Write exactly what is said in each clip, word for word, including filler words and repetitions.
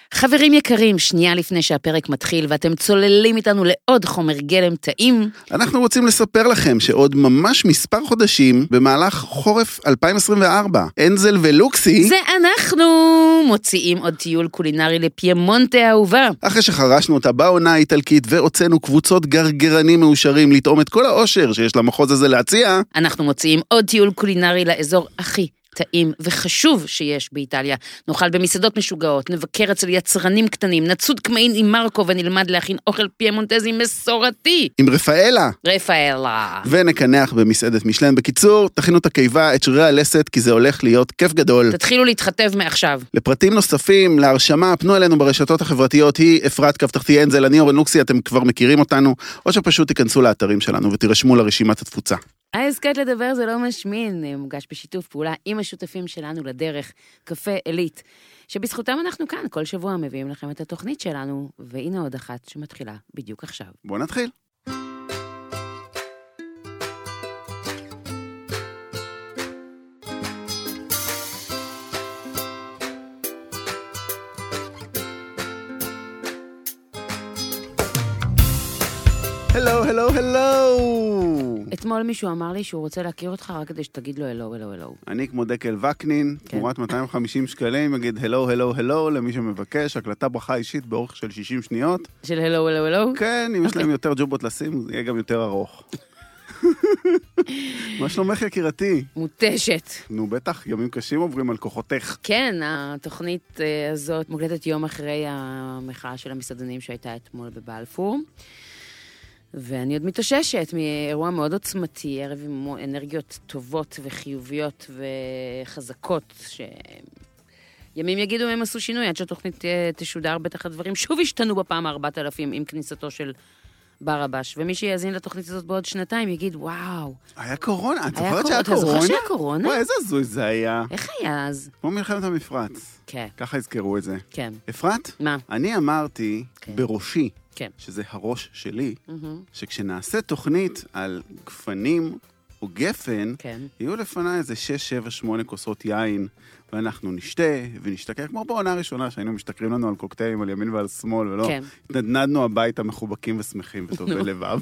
חברים יקרים, שנייה לפני שהפרק מתחיל ואתם צוללים איתנו לעוד חומר גלם טעים. אנחנו רוצים לספר לכם שעוד ממש מספר חודשים במהלך חורף אלפיים עשרים וארבע, אנזל ולוקסי, זה אנחנו מוציאים עוד טיול קולינרי לפיימונטה האהובה. אחרי שחרשנו אותה בעונה האיטלקית והוצאנו קבוצות גרגרנים מאושרים לטעום את כל האושר שיש למחוז הזה להציע, אנחנו מוציאים עוד טיול קולינרי לאזור הכי טעים וחשוב שיש באיטליה. נאכל במסעדות משוגעות, נבקר אצל יצרנים קטנים, נצוד קמעין עם מרקו ונלמד להכין אוכל פיימונטזי מסורתי. עם רפאלה. רפאלה. ונקנח במסעדת משלן. בקיצור, תכינו את הקיבה, את שרירי הלסת, כי זה הולך להיות כיף גדול. תתחילו להתחתב מעכשיו. לפרטים נוספים, להרשמה, פנו אלינו ברשתות החברתיות, היא אפרת קו תחתי אנזל, אני אורן לוקסי, אתם כבר מכירים אותנו, או שפשוט תיכנסו לאתרים שלנו ותירשמו לרשימת התפוצה. ההסכת לדבר זה לא משמין, מוגש בשיתוף פעולה עם השותפים שלנו לדרך, קפה אלית, שבזכותם אנחנו כאן, כל שבוע מביאים לכם את התוכנית שלנו, והנה עוד אחת שמתחילה בדיוק עכשיו. בואו נתחיל. הלו, הלו, הלו. אתמול מישהו אמר לי שהוא רוצה להכיר אותך רק כדי שתגיד לו הלו, הלו, הלו. אני כמו דקל וקנין, תמורת מאתיים וחמישים שקלים, אגיד הלו, הלו, הלו, למי שמבקש, הקלטה ברכה אישית באורך של שישים שניות. של הלו, הלו, הלו? כן, אם יש להם יותר ג'ובות לשים, זה יהיה גם יותר ארוך. מה שלומך יקירתי? מותשת. נו, בטח, ימים קשים עוברים על כוחותיך. כן, התוכנית הזאת מוקלטת יום אחרי המחאה של המסעדנים שהייתה אתמול בבלפור. ואני עוד מתאוששת מאירוע מאוד עוצמתי, ערב עם אנרגיות טובות וחיוביות וחזקות, שימים יגידו הם עשו שינוי, עד שהתוכנית תשודר, בטח הדברים שוב השתנו בפעם ארבעת אלפים עם כניסתו של ברבש, ומי שיאזין לתוכנית הזאת בעוד שנתיים יגיד, וואו. היה קורונה, את היה זוכרת קור... שהיה אתה קורונה? זוכר שהיה קורונה? וואי, איזה זוי זה היה. איך היה אז? כמו מלחמת המפרץ. כן. ככה הזכרו את זה. כן. אפרת? מה? אני אמרתי כן. בראשי, כן. שזה הראש שלי, Mm-hmm. שכשנעשה תוכנית על גפנים או גפן, כן. יהיו לפני איזה שש, שבע, שמונה כוסות יין, ואנחנו נשתה ונשתכר, כמו בעונה הראשונה, שהיינו משתכרים לנו על קוקטיילים, על ימין ועל שמאל, ולא כן. התנדנדנו הביתה מחובקים ושמחים וטובי לבב.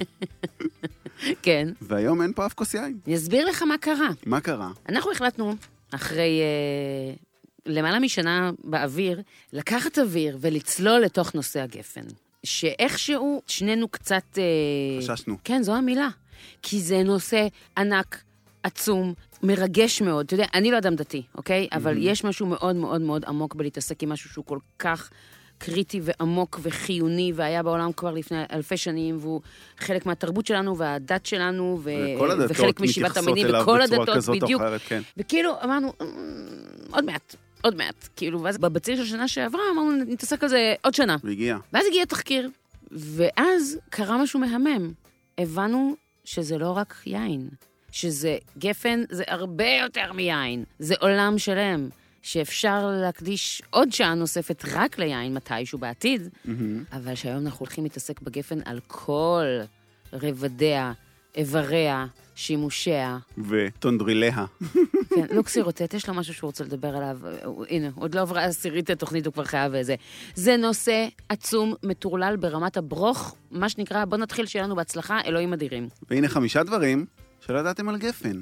כן. והיום אין פה אף כוס יין. אני אסביר לך מה קרה. מה קרה? אנחנו החלטנו, אחרי אה, למעלה משנה באוויר, לקחת אוויר ולצלול לתוך נושא הגפן. שאיכשהו שנינו קצת... אה, חששנו. כן, זו המילה. כי זה נושא ענק, עצום, מרגש מאוד. אתה יודע, אני לא אדם דתי, אוקיי? אבל יש משהו מאוד מאוד מאוד עמוק בלהתעסק עם משהו שהוא כל כך קריטי ועמוק וחיוני, והיה בעולם כבר לפני אלפי שנים, והוא חלק מהתרבות שלנו והדת שלנו, ו... וחלק משיבת המינים, וכל הדתות בדיוק. אחרת, כן. וכאילו אמרנו, עוד מעט, עוד מעט, כאילו, ואז בבציר של שנה שעברה אמרנו, נתעסק על זה עוד שנה. והגיע. ואז הגיע תחקיר, ואז קרה משהו מהמם. הבנו שזה לא רק יין, שזה גפן, זה הרבה יותר מיין. זה עולם שלם, שאפשר להקדיש עוד שעה נוספת רק ליין מתישהו בעתיד, mm-hmm. אבל שהיום אנחנו הולכים להתעסק בגפן על כל רבדיה, איבריה, שימושיה. וטונדריליה. כן, לוקסי רוטט, יש לו משהו שהוא רוצה לדבר עליו. הנה, עוד לא עברה עשירית התוכנית, הוא כבר חייב איזה. זה נושא עצום, מטורלל ברמת הברוך, מה שנקרא, בוא נתחיל שיהיה לנו בהצלחה, אלוהים אדירים. והנה חמישה דברים שלא ידעתם על גפן.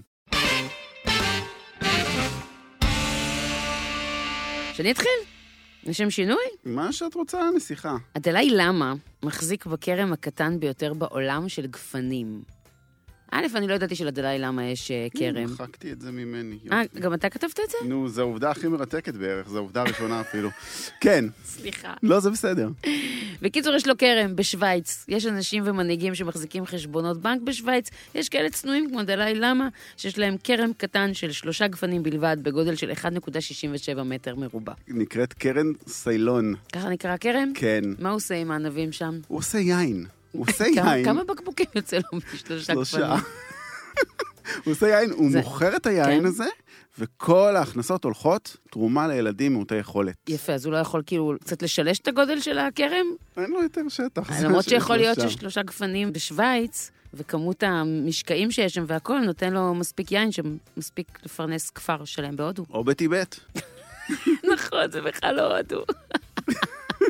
שאני אתחיל? לשם שינוי? מה שאת רוצה, נסיכה. הדלאי למה מחזיק בכרם הקטן ביותר בעולם של גפנים. א', אני לא ידעתי שלדלאי למה יש כרם. מחקתי את זה ממני. אה, גם אתה כתבת את זה? נו, זו העובדה הכי מרתקת בערך, זו העובדה הראשונה אפילו. כן. סליחה. לא, זה בסדר. בקיצור, יש לו כרם בשוויץ. יש אנשים ומנהיגים שמחזיקים חשבונות בנק בשוויץ. יש כאלה צנועים כמו דלאי למה, שיש להם כרם קטן של שלושה גפנים בלבד, בגודל של אחת נקודה שישים ושבע מטר מרובע. נקראת קרן סיילון. ככה נקרא הכרם? כן. מה הוא עושה עם הענבים שם? הוא עושה יין. הוא עושה יין. כמה בקבוקים יוצא לו בשלושה גפנים? הוא עושה יין, הוא מוכר את היין הזה, וכל ההכנסות הולכות תרומה לילדים מעוטי יכולת. יפה, אז הוא לא יכול כאילו קצת לשלש את הגודל של הכרם? אין לו יותר שטח. למרות שיכול להיות ששלושה גפנים בשוויץ, וכמות המשקעים שיש שם והכל נותן לו מספיק יין שמספיק לפרנס כפר שלהם בהודו. או בטיבט. נכון, זה בכלל לא הודו.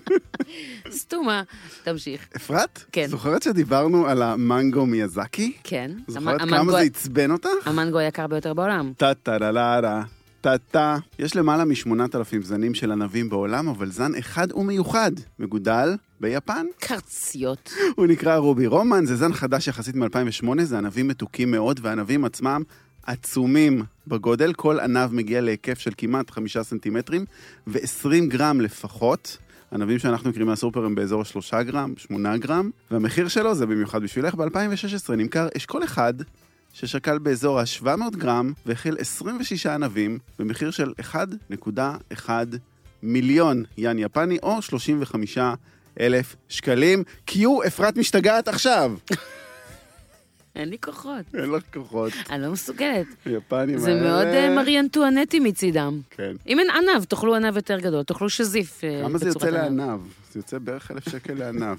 סתומה. תמשיך. אפרת? כן. זוכרת שדיברנו על המנגו מיאזקי? כן. זוכרת כמה זה עצבן אותך? המנגו היקר ביותר בעולם. טה-טה-לה-לה-לה. טה-טה. יש למעלה משמונת אלפים זנים של ענבים בעולם, אבל זן אחד ומיוחד, מגודל ביפן. קרציות. הוא נקרא רובי רומן, זה זן חדש יחסית מ-אלפיים ושמונה, זה ענבים מתוקים מאוד, והענבים עצמם עצומים בגודל. כל ענב מגיע להיקף של כמעט חמישה סנטימטרים, ו-עשרים גרם לפחות. ענבים שאנחנו מכירים מהסופר הם באזור שלושה גרם, שמונה גרם, והמחיר שלו זה במיוחד בשבילך. ב-אלפיים ושש עשרה נמכר אשכול אחד, ששקל באזור ה-שבע מאות גרם, והכיל עשרים ושישה ענבים, במחיר של אחד נקודה אחת מיליון ין יפני, או שלושים וחמישה אלף שקלים. קיו, אפרת משתגעת עכשיו. אין לי כוחות. אין לך כוחות. אני לא מסוגלת. יפנים זה מאוד מרי אנטואנטי מצידם. כן. אם אין ענב, תאכלו ענב יותר גדול, תאכלו שזיף. כמה זה יוצא לענב? זה יוצא בערך אלף שקל לענב.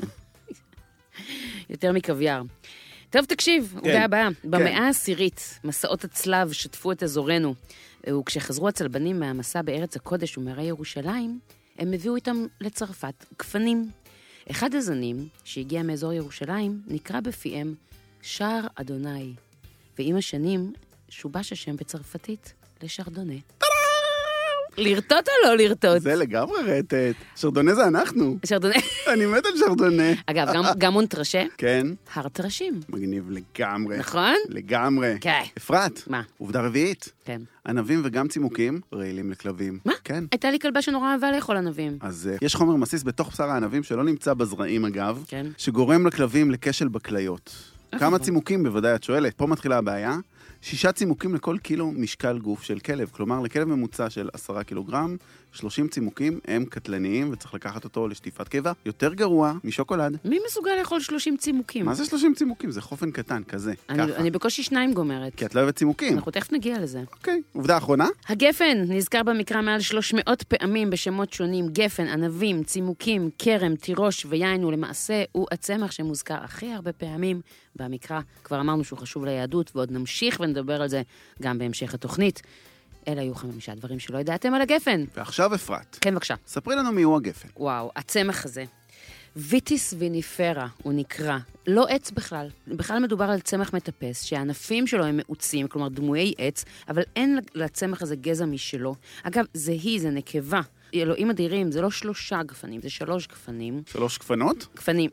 יותר מקוויאר. טוב, תקשיב, עובדה הבאה. במאה העשירית, מסעות הצלב שטפו את אזורנו, וכשחזרו הצלבנים מהמסע בארץ הקודש ומהרי ירושלים, הם הביאו איתם לצרפת גפנים. אחד הזנים שהגיע מאזור ירושלים נקרא בפיהם שער אדוני, ועם השנים שובש השם בצרפתית לשרדונה. לרטוט או לא לרטוט? זה לגמרי רטט. שרדונה זה אנחנו. שרדונה. אני מת על שרדונה. אגב, גם מונטרשה. כן. הר טרשים. מגניב לגמרי. נכון? לגמרי. כן. אפרת. מה? עובדה רביעית. כן. ענבים וגם צימוקים רעילים לכלבים. מה? כן. הייתה לי כלבה שנורא אהבה לאכול ענבים. אז uh, יש חומר מסיס בתוך בשר הענבים שלא נמצא בזרעים אגב, כן. שגורם לכלבים לכשל בכליות. כמה צימוקים בוודאי את שואלת. פה מתחילה הבעיה. שישה צימוקים לכל קילו משקל גוף של כלב. כלומר, לכלב ממוצע של עשרה קילוגרם, שלושים צימוקים הם קטלניים, וצריך לקחת אותו לשטיפת קיבה. יותר גרוע משוקולד. מי מסוגל לאכול שלושים צימוקים? מה זה שלושים צימוקים? זה חופן קטן, כזה. אני, ככה. אני בקושי שניים גומרת. כי את לא אוהבת צימוקים. אנחנו תכף נגיע לזה. אוקיי. עובדה אחרונה? הגפן נזכר במקרא מעל שלוש מאות פעמים בשמות שונים. גפן, ענבים, צימוקים, קרם, תירוש ויין, ולמעשה הוא הצמח שמוזכר הכי הרבה פעמים במקרא. כבר אמרנו שהוא חשוב ליהדות, ועוד נמשיך ונדבר על זה גם בהמשך התוכנית. אלה היו חמישה דברים שלא ידעתם על הגפן. ועכשיו אפרת. כן, בבקשה. ספרי לנו מי הוא הגפן. וואו, הצמח הזה. ויטיס ויניפרה הוא נקרא. לא עץ בכלל. בכלל מדובר על צמח מטפס, שהענפים שלו הם מעוצים, כלומר דמויי עץ, אבל אין לצמח הזה גזע משלו. אגב, זה היא, זה נקבה. אלוהים אדירים, זה לא שלושה גפנים, זה שלוש גפנים. שלוש גפנות? גפנים.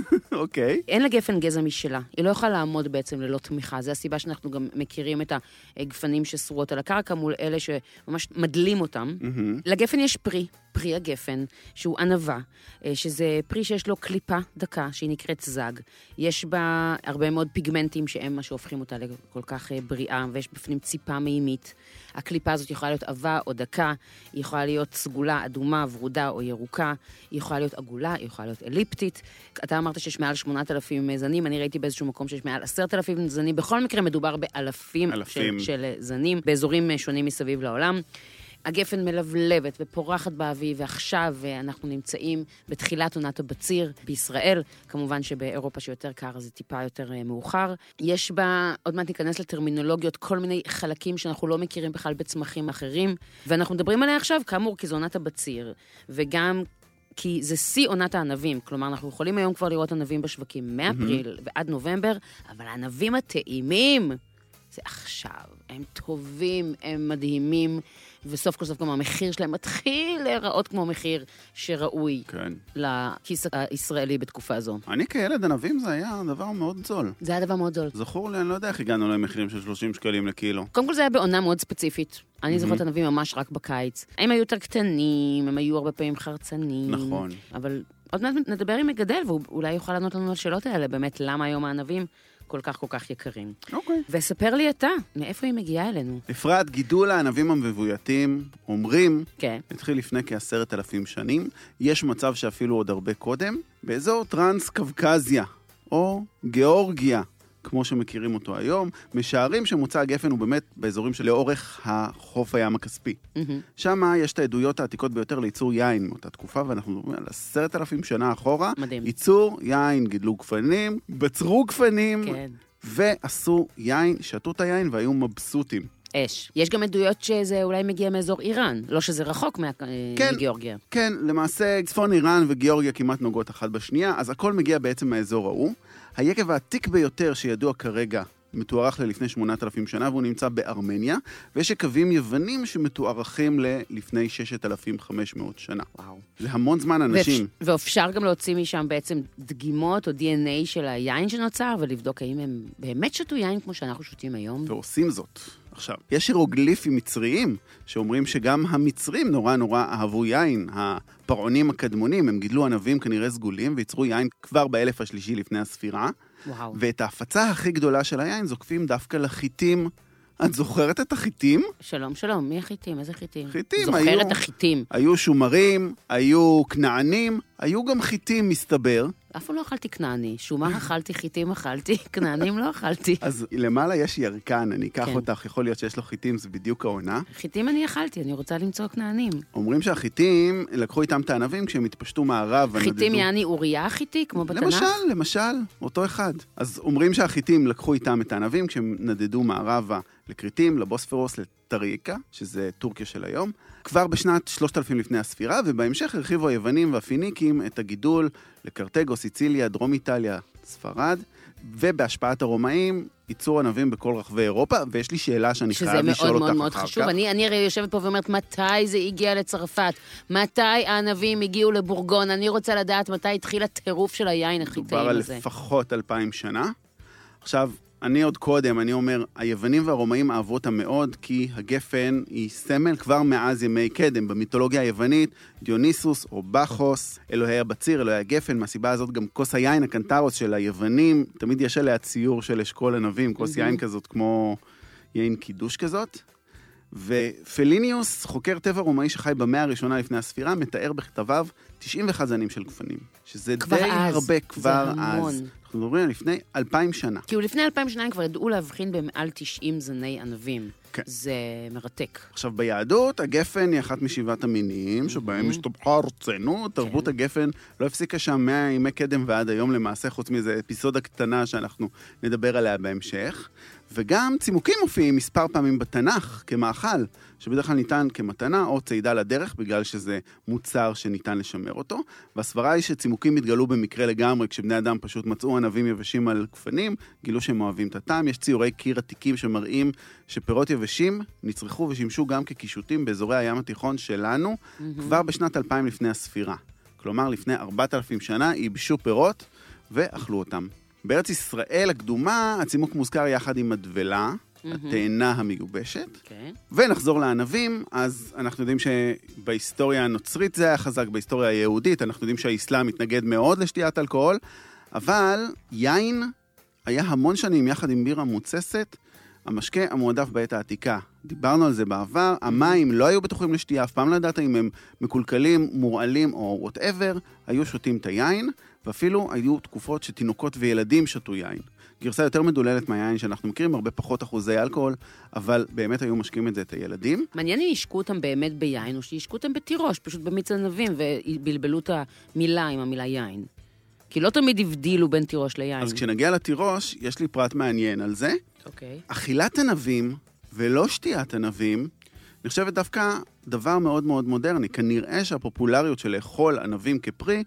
אוקיי. אין לגפן גזע משלה. היא לא יכולה לעמוד בעצם ללא תמיכה. זה הסיבה שאנחנו גם מכירים את הגפנים ששרועות על הקרקע מול אלה שממש מדלים אותם. לגפן יש פרי, פרי הגפן, שהוא ענבה, שזה פרי שיש לו קליפה דקה, שהיא נקראת זג. יש בה הרבה מאוד פיגמנטים שהם מה שהופכים אותה לכל כך בריאה, ויש בפנים ציפה מימית. הקליפה הזאת יכולה להיות עבה או דקה, היא יכולה להיות סגולה, אדומה, ורודה או ירוקה, היא יכולה להיות עגולה, היא יכולה להיות אליפטית. אתה אמרת שיש מעל שמונת אלפים זנים, אני ראיתי באיזשהו מקום שיש מעל עשרת אלפים זנים, בכל מקרה מדובר באלפים של, של זנים, באזורים שונים מסביב לעולם. הגפן מלבלבת ופורחת באביב, ועכשיו אנחנו נמצאים בתחילת עונת הבציר בישראל, כמובן שבאירופה שיותר קר זה טיפה יותר מאוחר. יש בה, עוד מעט ניכנס לטרמינולוגיות, כל מיני חלקים שאנחנו לא מכירים בכלל בצמחים אחרים, ואנחנו מדברים עליה עכשיו, כאמור, כי זו עונת הבציר, וגם כי זה שיא עונת הענבים, כלומר אנחנו יכולים היום כבר לראות ענבים בשווקים מאפריל mm-hmm. ועד נובמבר, אבל הענבים הטעימים, זה עכשיו, הם טובים, הם מדהימים, וסוף כל סוף גם המחיר שלהם מתחיל להיראות כמו מחיר שראוי כן. לכיס הישראלי בתקופה הזו. אני כילד ענבים זה היה דבר מאוד זול. זה היה דבר מאוד זול. זכור לי, אני לא יודע איך הגענו למחירים של שלושים שקלים לקילו. קודם כל זה היה בעונה מאוד ספציפית. אני זוכרת ענבים ממש רק בקיץ. הם היו יותר קטנים, הם היו הרבה פעמים חרצנים. נכון. אבל עוד מעט נדבר עם מגדל, ואולי יוכל לענות לנו על השאלות האלה, באמת למה היום הענבים כל כך כל כך יקרים. אוקיי. וספר לי אתה, מאיפה היא מגיעה אלינו? אפרת, גידול הענבים המבויתים, אומרים, כן. התחיל לפני כעשרת אלפים שנים, יש מצב שאפילו עוד הרבה קודם, באזור טרנס-קווקזיה, או גיאורגיה, כמו שמכירים אותו היום, משערים שמוצא הגפן הוא באמת באזורים שלאורך החוף הים הכספי. Mm-hmm. שם יש את העדויות העתיקות ביותר לייצור יין מאותה תקופה, ואנחנו מדברים על עשרת אלפים שנה אחורה. מדהים. ייצור יין, גידלו גפנים, בצרו גפנים, כן. ועשו יין, שתו את היין והיו מבסוטים. אש. יש גם עדויות שזה אולי מגיע מאזור איראן, לא שזה רחוק כן, מגיאורגיה. כן, למעשה צפון איראן וגיאורגיה כמעט נוגעות אחת בשנייה, אז הכל מגיע בעצם מהאזור ההוא. היקב העתיק ביותר שידוע כרגע מתוארך ללפני שמונת אלפים שנה, והוא נמצא בארמניה, ויש יקבים יוונים שמתוארכים ללפני ששת אלפים וחמש מאות שנה. וואו. זה המון זמן אנשים. ואפ... ואפשר גם להוציא משם בעצם דגימות או די אן איי של היין שנוצר, ולבדוק האם הם באמת שתו יין כמו שאנחנו שותים היום. ועושים זאת. עכשיו, יש הירוגליפים מצריים שאומרים שגם המצרים נורא נורא אהבו יין. הפרעונים הקדמונים, הם גידלו ענבים כנראה סגולים, ויצרו יין כבר באלף השלישי לפני הספירה. וואו. ואת ההפצה הכי גדולה של היין זוקפים דווקא לחיטים. את זוכרת את החיטים? שלום, שלום. מי החיטים? איזה חיטים? חיטים. זוכרת היו, את החיטים. היו שומרים, היו כנענים, היו גם חיטים, מסתבר. אף פעם לא אכלתי כנעני. שומר אכלתי, חיטים אכלתי, כנענים לא אכלתי. אז למעלה יש ירקן, אני אקח כן. אותך, יכול להיות שיש לו חיטים, זה בדיוק העונה. חיטים אני אכלתי, אני רוצה למצוא כנענים. אומרים שהחיטים לקחו איתם את הענבים כשהם התפשטו מערב. חיטים יעני אוריה חיטי, כמו בתנ"ך? למשל, למשל, אותו אחד. אז אומרים שהחיטים לקחו איתם את הענבים כשהם נדדו מערבה לקריטים, לבוספרוס, לטריקה, שזה טורקיה של היום, כבר בשנת שלושת אלפים לפני הספירה, ובהמשך הרחיבו היוונים והפיניקים את הגידול לקרטגו, סיציליה, דרום איטליה, ספרד, ובהשפעת הרומאים ייצור ענבים בכל רחבי אירופה, ויש לי שאלה שאני חייב לשאול אותך אחר כך. שזה מאוד מאוד מאוד חשוב. אני, אני הרי יושבת פה ואומרת, מתי זה הגיע לצרפת? מתי הענבים הגיעו לבורגון? אני רוצה לדעת מתי התחיל הטירוף של היין החיטאים הזה. מדובר על לפחות אלפיים שנה. עכשיו, אני עוד קודם, אני אומר, היוונים והרומאים אהבו אותם מאוד, כי הגפן היא סמל כבר מאז ימי קדם. במיתולוגיה היוונית, דיוניסוס או בחוס, אלוהי הבציר, אלוהי הגפן, מהסיבה הזאת גם כוס היין, הקנטרוס של היוונים, תמיד יש עליה ציור של אשכול ענבים, כוס יין כזאת כמו יין קידוש כזאת. ופליניוס, חוקר טבע רומאי שחי במאה הראשונה לפני הספירה, מתאר בכתביו תשעים ואחת זנים של גפנים. שזה די אז. הרבה כבר המון. אז. אנחנו מדברים לפני אלפיים שנה. כי הוא לפני אלפיים שנה הם כבר ידעו להבחין במעל תשעים זני ענבים. כן. זה מרתק. עכשיו, ביהדות, הגפן היא אחת משבעת המינים, שבהם השתבחה ארצנו. תרבות הגפן לא הפסיקה שם מימי קדם ועד היום למעשה, חוץ מאיזו אפיסודה קטנה שאנחנו נדבר עליה בהמשך. וגם צימוקים מופיעים מספר פעמים בתנ"ך כמאכל, שבדרך כלל ניתן כמתנה או צעידה לדרך, בגלל שזה מוצר שניתן לשמר אותו. והסברה היא שצימוקים התגלו במקרה לגמרי, כשבני אדם פשוט מצאו ענבים יבשים על גפנים, גילו שהם אוהבים את הטעם. יש ציורי קיר עתיקים שמראים שפירות יבשים נצרכו ושימשו גם כקישוטים באזורי הים התיכון שלנו, mm-hmm. כבר בשנת אלפיים לפני הספירה. כלומר, לפני ארבעת אלפים שנה ייבשו פירות ואכלו אותם. בארץ ישראל הקדומה, הצימוק מוזכר יחד עם הדבלה, mm-hmm. התאנה המיובשת. Okay. ונחזור לענבים, אז אנחנו יודעים שבהיסטוריה הנוצרית זה היה חזק, בהיסטוריה היהודית, אנחנו יודעים שהאסלאם מתנגד מאוד לשתיית אלכוהול, אבל יין היה המון שנים יחד עם בירה מוצסת, המשקה המועדף בעת העתיקה. דיברנו על זה בעבר, המים לא היו בטוחים לשתייה, אף פעם לא ידעת אם הם מקולקלים, מורעלים או whatever, היו שותים את היין, ואפילו היו תקופות שתינוקות וילדים שתו יין. גרסה יותר מדוללת מהיין שאנחנו מכירים, הרבה פחות אחוזי אלכוהול, אבל באמת היו משקים את זה את הילדים. מעניין אם ישקו אותם באמת ביין, או שישקו אותם בתירוש, פשוט במיץ ענבים, ובלבלו את המילה עם המילה יין. כי לא תמיד הבדילו בין תירוש ליין. אז כשנגיע לתירוש, יש לי פרט מעניין על זה. אוקיי. אכילת ענבים ולא שתיית ענבים, נחשבת דווקא דבר מאוד מאוד מודרני. כנראה שהפופולריות של לאכול ענבים כפרי,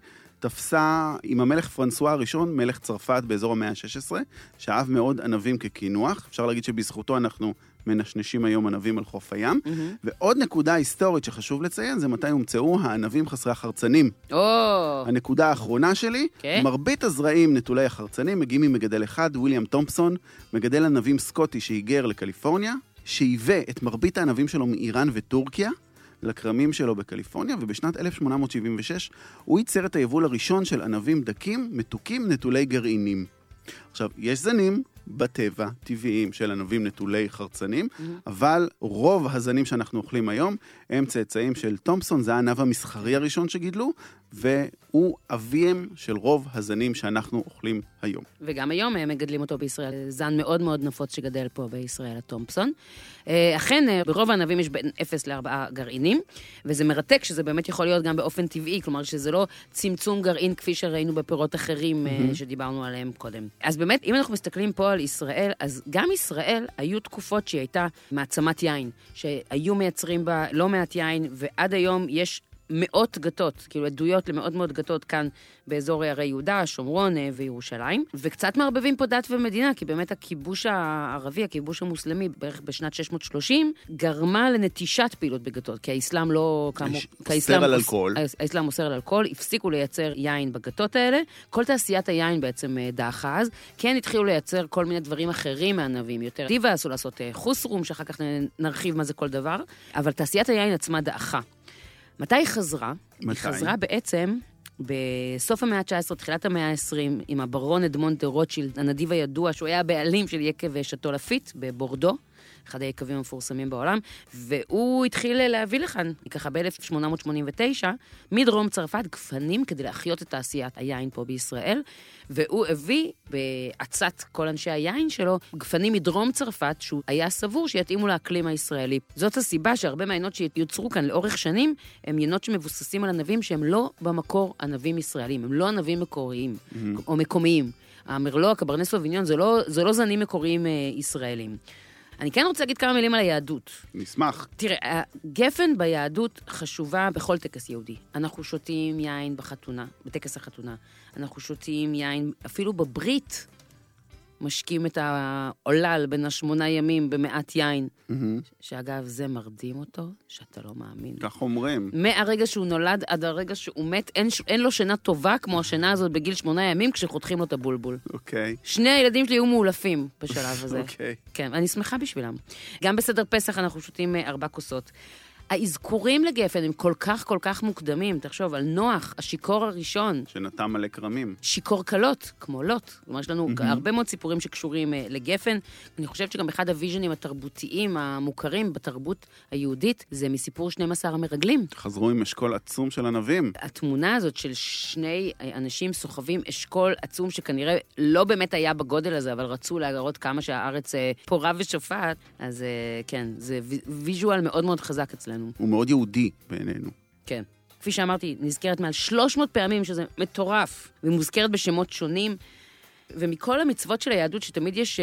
תפסה עם המלך פרנסואה הראשון, מלך צרפת באזור המאה ה-שש עשרה, שאהב מאוד ענבים כקינוח. אפשר להגיד שבזכותו אנחנו מנשנשים היום ענבים על חוף הים. Mm-hmm. ועוד נקודה היסטורית שחשוב לציין, זה מתי הומצאו הענבים חסרי החרצנים. Oh. הנקודה האחרונה שלי, okay. מרבית הזרעים נטולי החרצנים מגיעים ממגדל אחד, וויליאם תומפסון, מגדל ענבים סקוטי שהיגר לקליפורניה, שהיווה את מרבית הענבים שלו מאיראן וטורקיה, לקרמים שלו בקליפורניה, ובשנת אלף שמונה מאות שבעים ושש הוא ייצר את היבול הראשון של ענבים דקים, מתוקים, נטולי גרעינים. עכשיו, יש זנים בטבע, טבעיים של ענבים נטולי חרצנים, mm-hmm. אבל רוב הזנים שאנחנו אוכלים היום הם צאצאים של תומפסון, זה הענב המסחרי הראשון שגידלו, והוא אביהם של רוב הזנים שאנחנו אוכלים היום. וגם היום הם מגדלים אותו בישראל, זן מאוד מאוד נפוץ שגדל פה בישראל, התומפסון. אכן, ברוב הענבים יש בין אפס לארבעה גרעינים, וזה מרתק שזה באמת יכול להיות גם באופן טבעי, כלומר שזה לא צמצום גרעין כפי שראינו בפירות אחרים mm-hmm. שדיברנו עליהם קודם. אז באמת, אם אנחנו מסתכלים פה על ישראל, אז גם ישראל היו תקופות שהיא הייתה מעצמת יין, שהיו מייצרים בה לא מעט יין, ועד היום יש מאות גתות, כאילו עדויות למאות מאות גתות כאן באזור הרי יהודה, שומרון וירושלים, וקצת מערבבים פה דת ומדינה, כי באמת הכיבוש הערבי, הכיבוש המוסלמי, בערך בשנת שש מאות ושלושים, גרמה לנטישת פעילות בגתות, כי האסלאם לא... אוסר על אלכוהול. האסלאם אוסר על אלכוהול, הפסיקו לייצר יין בגתות האלה, כל תעשיית היין בעצם דעכה אז, כן התחילו לייצר כל מיני דברים אחרים מהענבים, יותר דיבה, עשו לעשות חוסרום, שאחר כך נרחיב מה זה כל דבר, אבל תעשיית היין עצמה דעכה. מתי היא חזרה? מתי? היא חזרה בעצם בסוף המאה ה-תשע עשרה, תחילת המאה ה-עשרים, עם הברון אדמונד דה רוטשילד, הנדיב הידוע, שהוא היה הבעלים של יקב שאטו לפיט בבורדו, אחד היקבים המפורסמים בעולם, והוא התחיל להביא לכאן, ככה ב-אלף שמונה מאות שמונים ותשע, מדרום צרפת, גפנים כדי להחיות את תעשיית היין פה בישראל, והוא הביא בעצת כל אנשי היין שלו, גפנים מדרום צרפת, שהוא היה סבור שיתאימו לאקלים הישראלי. זאת הסיבה שהרבה מהעינות שיוצרו כאן לאורך שנים, הם עינות שמבוססים על ענבים שהם לא במקור ענבים ישראלים, הם לא ענבים מקוריים, mm-hmm. או מקומיים. המרלו, הקברנה סוביניון, זה לא, זה לא זנים מקוריים אה, ישראלים. אני כן רוצה להגיד כמה מילים על היהדות. נשמח. תראה, הגפן ביהדות חשובה בכל טקס יהודי. אנחנו שותים יין בחתונה, בטקס החתונה. אנחנו שותים יין, אפילו בברית, משקים את העולל בין השמונה ימים במעט יין. Mm-hmm. שאגב, זה מרדים אותו, שאתה לא מאמין. כך אומרים. מהרגע שהוא נולד עד הרגע שהוא מת, אין, אין לו שינה טובה כמו השינה הזאת בגיל שמונה ימים, כשחותכים לו את הבולבול. אוקיי. Okay. שני הילדים שלי היו מאולפים בשלב הזה. אוקיי. Okay. כן, אני שמחה בשבילם. גם בסדר פסח אנחנו שותים ארבע כוסות. האזכורים לגפן הם כל כך כל כך מוקדמים. תחשוב, על נוח, השיקור הראשון. שנתם מלא קרמים. שיקור קלות, כמו לוט. כלומר, יש לנו mm-hmm. הרבה מאוד סיפורים שקשורים uh, לגפן. אני חושבת שגם אחד הוויז'נים התרבותיים המוכרים בתרבות היהודית, זה מסיפור שנים עשר המרגלים. חזרו עם אשכול עצום של ענבים. התמונה הזאת של שני אנשים סוחבים אשכול עצום, שכנראה לא באמת היה בגודל הזה, אבל רצו להראות כמה שהארץ uh, פורה ושופעת, אז uh, כן, זה ויז'ואל מאוד מאוד חזק אצלנו. הוא מאוד יהודי בעינינו. כן. כפי שאמרתי, נזכרת מעל שלוש מאות פעמים, שזה מטורף, ומוזכרת בשמות שונים, ומכל המצוות של היהדות, שתמיד יש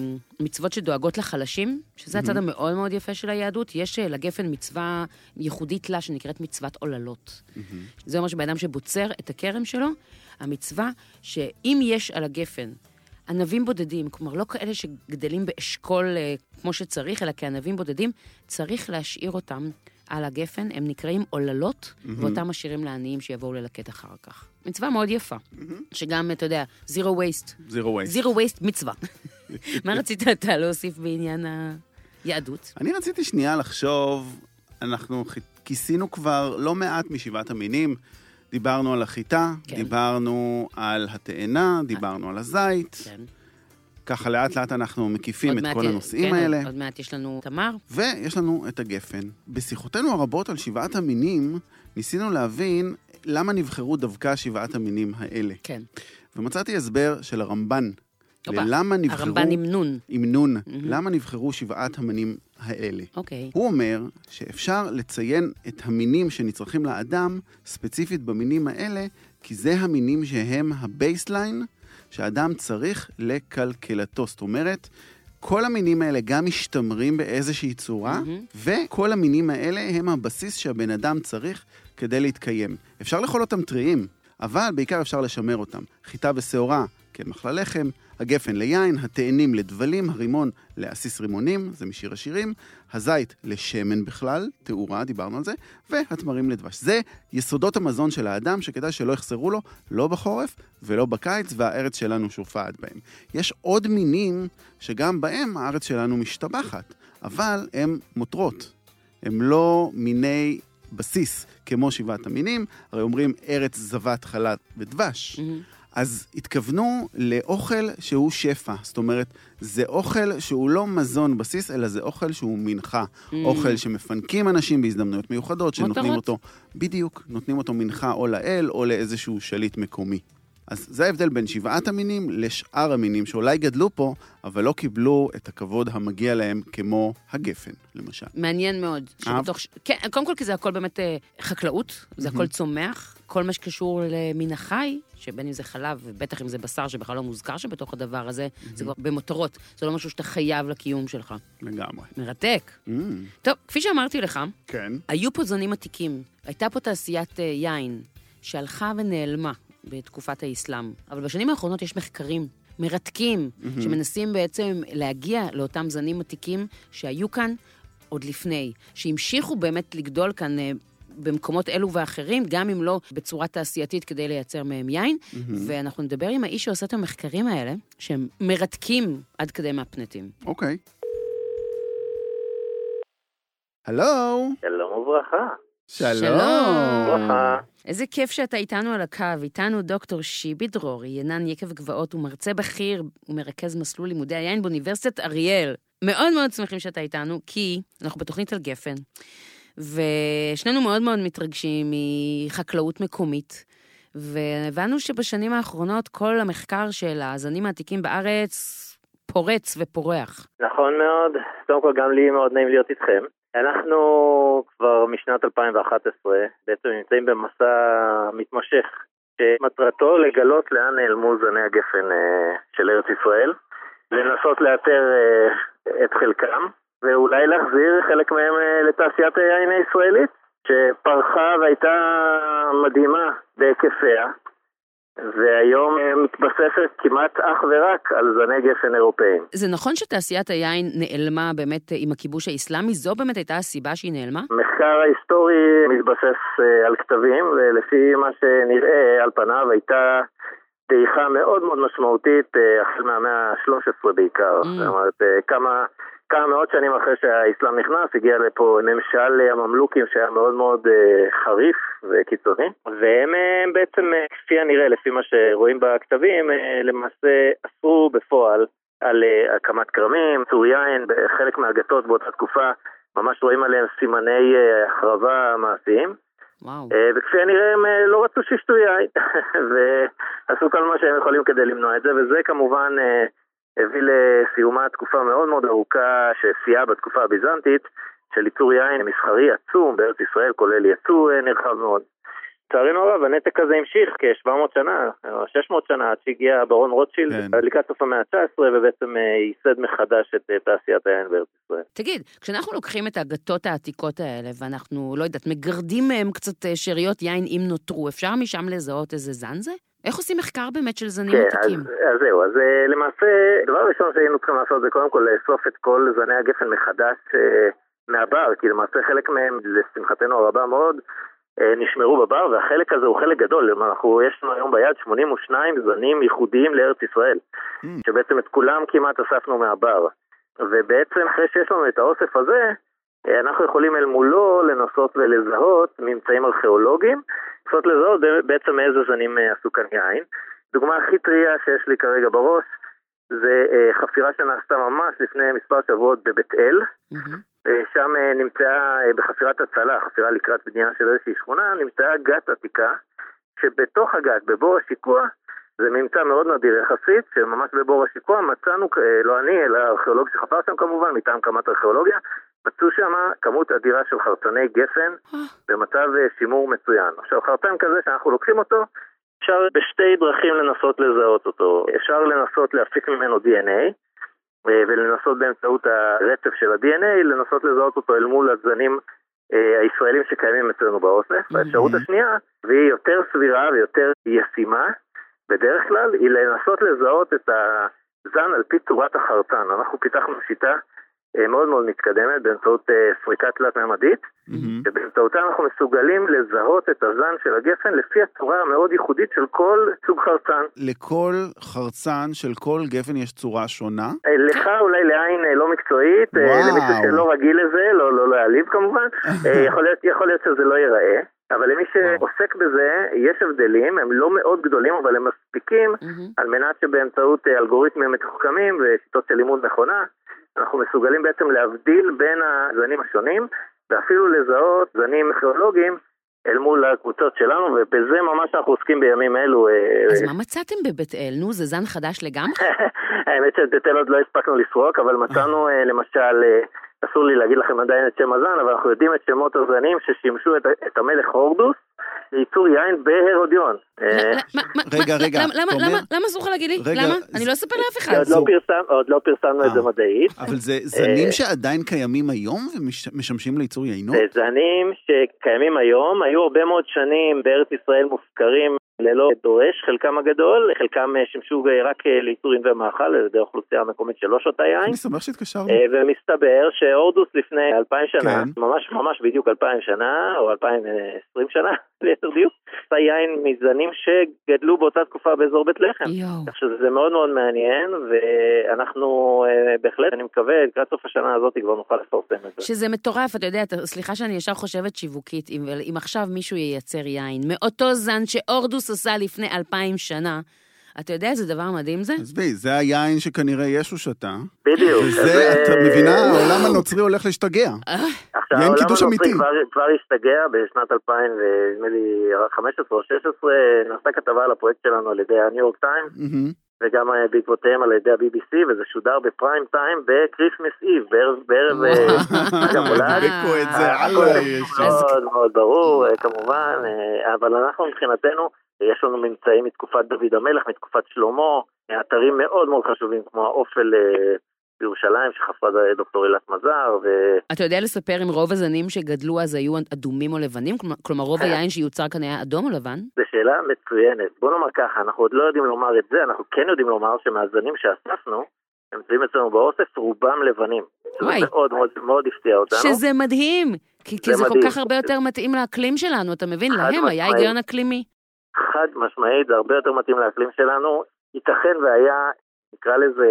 מצוות שדואגות לחלשים, שזה הצד המאוד מאוד יפה של היהדות, יש לגפן מצווה ייחודית לה, שנקראת מצוות עוללות. זה אומר שבאדם שבוצר את הכרם שלו, המצווה שאם יש על הגפן ענבים בודדים, כלומר לא כאלה שגדלים באשכול כמו שצריך, אלא כענבים בודדים, צריך להשאיר אותם על הגפן, הם נקראים עוללות, mm-hmm. ואותם משאירים לעניים שיבואו ללקט אחר כך. מצווה מאוד יפה, mm-hmm. שגם, אתה יודע, zero waste. zero waste. zero waste מצווה. מה רצית אתה להוסיף בעניין היהדות? אני רציתי שנייה לחשוב, אנחנו כיסינו כבר לא מעט משבעת המינים, דיברנו על החיטה, כן. דיברנו על התאנה, דיברנו על הזית. כן. ככה לאט לאט אנחנו מקיפים את כל הנושאים כן, האלה. עוד, עוד מעט יש לנו תמר. ויש לנו את הגפן. בשיחותינו הרבות על שבעת המינים, ניסינו להבין למה נבחרו דווקא שבעת המינים האלה. כן. ומצאתי הסבר של הרמב"ן. ללמה נבחרו... הרמב"ן עם נון. עם נון. Mm-hmm. למה נבחרו שבעת המינים האלה. אוקיי. הוא אומר שאפשר לציין את המינים שנצרכים לאדם, ספציפית במינים האלה, כי זה המינים שהם הבייסליין, שהאדם צריך לקלקלתו. זאת אומרת, כל המינים האלה גם משתמרים באיזושהי צורה, mm-hmm. וכל המינים האלה הם הבסיס שהבן אדם צריך כדי להתקיים. אפשר לאכול אותם טריים, אבל בעיקר אפשר לשמר אותם. חיטה ושעורה, קמח ללחם, הגפן ליין, התאנים לדבלים, הרימון לאסיס רימונים, זה משיר השירים, הזית לשמן בכלל, תאורה, דיברנו על זה, והתמרים לדבש. זה יסודות המזון של האדם שכדאי שלא יחסרו לו, לא בחורף ולא בקיץ, והארץ שלנו שופעת בהם. יש עוד מינים שגם בהם הארץ שלנו משתבחת, אבל הם מותרות. הם לא מיני בסיס כמו שבעת המינים, הרי אומרים ארץ זבת חלת ודבש. Mm-hmm. אז התכוונו לאוכל שהוא שפע, זאת אומרת, זה אוכל שהוא לא מזון בסיס, אלא זה אוכל שהוא מנחה, mm. אוכל שמפנקים אנשים בהזדמנויות מיוחדות, שנותנים אותו, בדיוק, נותנים אותו מנחה או לאל או לאיזשהו שליט מקומי. אז זה ההבדל בין שבעת המינים לשאר המינים, שאולי גדלו פה, אבל לא קיבלו את הכבוד המגיע להם כמו הגפן, למשל. מעניין מאוד. שבתוך... כן, קודם כל כי זה הכל באמת חקלאות, זה הכל צומח, כל מה שקשור למין החי, שבין אם זה חלב, ובטח אם זה בשר שבכלל לא מוזכר שבתוך הדבר הזה, mm-hmm. זה כבר במותרות, זה לא משהו שאתה חייב לקיום שלך. לגמרי. מרתק. Mm. טוב, כפי שאמרתי לך, כן. היו פה זנים עתיקים, הייתה פה תעשיית יין, שהלכה ונעלמה בתקופת האסלאם, אבל בשנים האחרונות יש מחקרים מרתקים, mm-hmm. שמנסים בעצם להגיע לאותם זנים עתיקים שהיו כאן עוד לפני, שהמשיכו באמת לגדול כאן במקומות אלו ואחרים, גם אם לא בצורה תעשייתית כדי לייצר מהם יין, mm-hmm. ואנחנו נדבר עם האיש שעושה את המחקרים האלה, שהם מרתקים עד כדי מהפנטים. אוקיי. הלו? שלום וברכה. שלום. ברכה. איזה כיף שאתה איתנו על הקו. איתנו דוקטור שיבי דרורי, ינן יקב גבעות ומרצה בכיר ומרכז מסלול לימודי היין באוניברסיטת אריאל. מאוד מאוד שמחים שאתה איתנו, כי אנחנו בתוכנית על גפן, ושנינו מאוד מאוד מתרגשים מחקלאות מקומית, והבנו שבשנים האחרונות כל המחקר של הזנים העתיקים בארץ פורץ ופורח. נכון מאוד. קודם כל גם לי מאוד נעים להיות איתכם. אנחנו כבר משנת אלפיים ואחת עשרה בעצם נמצאים במסע מתמשך, שמטרתו לגלות לאן נעלמו זני הגפן של ארץ ישראל, לנסות לאתר את חלקם, ואולי להחזיר חלק מהם לתעשיית היין הישראלית, שפרחה והייתה מדהימה בהיקפיה, והיום מתבססת כמעט אך ורק על זני גפן אירופאים. זה נכון שתעשיית היין נעלמה באמת עם הכיבוש האסלאמי? זו באמת הייתה הסיבה שהיא נעלמה? מחקר ההיסטורי מתבסס על כתבים, ולפי מה שנראה על פניו הייתה דעיכה מאוד מאוד משמעותית, החל מהמאה ה-שלוש עשרה בעיקר. Mm. זאת אומרת, כמה... כמה מאות שנים אחרי שהאסלאם נכנס, הגיע לפה ממשל הממלוכים שהיה מאוד מאוד חריף וקיצוני, והם בעצם, כפי הנראה, לפי מה שרואים בכתבים, למעשה אסרו בפועל על הקמת קרמים, צור יין, בחלק מהגתות באותה תקופה, ממש רואים עליהם סימני החרבה מעשיים. וואו. וכפי הנראה הם לא רצו שישתו יין, ועשו כל מה שהם יכולים כדי למנוע את זה, וזה כמובן הביא לסיומה תקופה מאוד מאוד ארוכה שסייעה בתקופה הביזנטית של ייצור יין מסחרי עצום בארץ ישראל, כולל ייצוא נרחב מאוד. לצערנו הרב, הנתק הזה המשיך כ-שבע מאות שנה, או שש מאות שנה, עד שהגיע ברון רוטשילד, כן. לקראת סוף המאה ה-תשע עשרה, ובעצם ייסד מחדש את תעשיית היין בארץ ישראל. תגיד, כשאנחנו לוקחים את הגתות העתיקות האלה, ואנחנו, לא יודעת, מגרדים מהם קצת שאריות יין אם נותרו, אפשר משם לזהות איזה זן זה? איך עושים מחקר באמת של זנים כן, עתיקים? אז, אז זהו, אז למעשה, דבר ראשון שהיינו צריכים לעשות זה קודם כל לאסוף את כל זני הגפן מחדש אה, מהבר, כי למעשה חלק מהם, לשמחתנו הרבה מאוד, אה, נשמרו בבר, והחלק הזה הוא חלק גדול. אנחנו, יש לנו היום ביד שמונים ושניים זנים ייחודיים לארץ ישראל, mm. שבעצם את כולם כמעט אספנו מהבר. ובעצם אחרי שיש לנו את האוסף הזה, אה, אנחנו יכולים אל מולו לנסות ולזהות ממצאים ארכיאולוגיים, לנסות לזהות בעצם איזה זנים עשו כאן יין. דוגמה הכי טריה שיש לי כרגע בראש, זה חפירה שנעשתה ממש לפני מספר שבועות בבית אל. Mm-hmm. שם נמצאה בחפירת הצלה, חפירה לקראת בנייה של איזושהי שכונה, נמצאה גת עתיקה, שבתוך הגת, בבור השיקוע, זה ממצא מאוד נדיר יחסית, שממש בבור השיקוע מצאנו, לא אני, אלא ארכיאולוג שחפר שם כמובן, מטעם קמ"ט ארכיאולוגיה, מצאו שם כמות אדירה של חרצני גפן במצב שימור מצוין. עכשיו, חרצן כזה שאנחנו לוקחים אותו, אפשר בשתי דרכים לנסות לזהות אותו. אפשר לנסות להפיק ממנו די אן איי, ולנסות באמצעות הרצף של ה-די אן איי, לנסות לזהות אותו אל מול הזנים הישראלים שקיימים אצלנו באוסף. האפשרות השנייה, והיא יותר סבירה ויותר ישימה, בדרך כלל, היא לנסות לזהות את הזן על פי צורת החרצן. אנחנו פיתחנו שיטה מאוד מאוד מתקדמת באמצעות סריקה תלת-ממדית, שבאמצעותה אנחנו מסוגלים לזהות את הזן של הגפן לפי הצורה המאוד ייחודית של כל סוג חרצן. לכל חרצן של כל גפן יש צורה שונה? לך אולי לעין לא מקצועית, למישהו שלא רגיל לזה, לא, לא להעליב כמובן, יכול להיות, יכול להיות שזה לא ייראה. אבל למי שעוסק בזה, יש הבדלים, הם לא מאוד גדולים, אבל הם מספיקים, על מנת שבאמצעות אלגוריתמים מתוחכמים ושיטות של לימוד נכונה, אנחנו מסוגלים בעצם להבדיל בין הזנים השונים, ואפילו לזהות זנים ארכיאולוגיים אל מול הקבוצות שלנו, ובזה ממש אנחנו עוסקים בימים אלו. אז מה מצאתם בבית אל? נו, זה זן חדש לגמרי? האמת שבית אל עוד לא הספקנו לסרוק, אבל מצאנו למשל, אסור לי להגיד לכם עדיין את שם הזן, אבל אנחנו יודעים את שמות הזנים ששימשו את, את המלך הורדוס, ייצור יין בהרודיון. רגע, רגע, למה אסור לך להגיד לי? למה? אני לא אספר לאף אחד. עוד לא פרסמנו את זה מדעית. אבל זה זנים שעדיין קיימים היום ומשמשים לייצור יינות? זה זנים שקיימים היום, היו הרבה מאוד שנים בארץ ישראל מופקרים ללא דורש, חלקם הגדול, חלקם שימשו רק לייצור ענבי מאכל, על ידי האוכלוסייה המקומית שלא שותה יין. אני שמח שהתקשרנו. ומסתבר שהורדוס לפני אלפיים שנה, ממש ממש בדיוק אלפיים שנה, או אלפיים ועשרים שנה, ליתר דיוק, עשה יין מזנים שגדלו באותה תקופה באזור בית לחם. כך שזה מאוד מאוד מעניין, ואנחנו בהחלט, אני מקווה, לקראת סוף השנה הזאת כבר נוכל לפרסם את זה. שזה מטורף, אתה יודע, סליחה שאני ישר חושבת שיווקית, אם עכשיו מישהו ייצר יין, מאותו זן שהורדוס עשה לפני אלפיים שנה, אתה יודע איזה דבר מדהים זה? אז בי, זה היין שכנראה ישו שתה. בדיוק. וזה, את מבינה, העולם הנוצרי הולך להשתגע. עכשיו, העולם הנוצרי כבר השתגע בשנת אלפיים וחמש עשרה או שש עשרה, נעשתה כתבה על הפרויקט שלנו על ידי הניו יורק טיימס, וגם בעקבותיהם על ידי ה-בי בי סי, וזה שודר בפריים טיים בקריסמס איב, בערב הגמולד. בקו את זה, הלאה יש. מאוד מאוד ברור, כמובן, אבל אנחנו מבחינתנו, יש לנו ממצאים מתקופת דוד המלך, מתקופת שלמה, אתרים מאוד מאוד חשובים, כמו האופל בירושלים, שחפרה דוקטור אילת מזר. ו... אתה יודע לספר אם רוב הזנים שגדלו אז היו אדומים או לבנים? כלומר, רוב היין שיוצר כאן היה אדום או לבן? זו שאלה מצוינת. בוא נאמר ככה, אנחנו עוד לא יודעים לומר את זה, אנחנו כן יודעים לומר שמהזנים שאספנו, הם מצויים אצלנו באוסף, רובם לבנים. וואי. זה מאוד מאוד מאוד הפתיע אותנו. שזה מדהים, כי זה, זה כל כך הרבה יותר מתאים לאקלים שלנו, אתה מבין? להם היה היגיון אקלימי. חד משמעית, זה הרבה יותר מתאים לאקלים שלנו. ייתכן והיה, נקרא לזה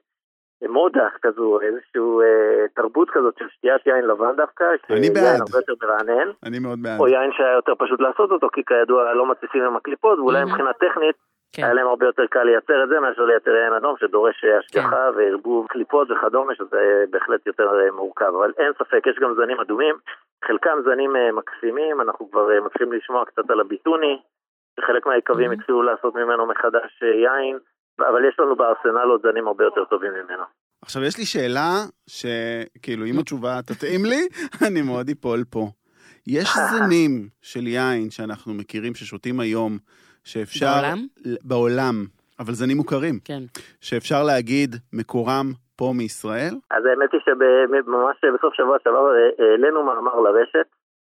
מודה כזו, איזשהו אה, תרבות כזאת של שתיית יין לבן דווקא. אני בעד. הרבה יותר מרענן. אני מאוד בעד. או יין שהיה יותר פשוט לעשות אותו, כי כידוע לא מציפים עם הקליפות, ואולי mm-hmm. מבחינה טכנית, כן. היה להם הרבה יותר קל לייצר את זה, מאשר לייצר יין אדום, שדורש השגחה כן. וערבוב קליפות וכדומה, שזה בהחלט יותר מורכב. אבל אין ספק, יש גם זנים אדומים, חלקם זנים מקסימים, אנחנו כבר מתחילים לשמוע קצת על הביטוני, שחלק מהעיקבים mm-hmm. התחילו לעשות ממנו מחדש יין, אבל יש לנו בארסנל עוד זנים הרבה יותר טובים ממנו. עכשיו יש לי שאלה, שכאילו אם התשובה תתאים לי, אני מאוד איפול פה. יש זנים של יין שאנחנו מכירים ששותים היום, שאפשר... בעולם? בעולם, אבל זנים מוכרים. כן. שאפשר להגיד מקורם פה מישראל? אז האמת היא שממש בסוף שבוע שעבר העלינו מאמר לרשת,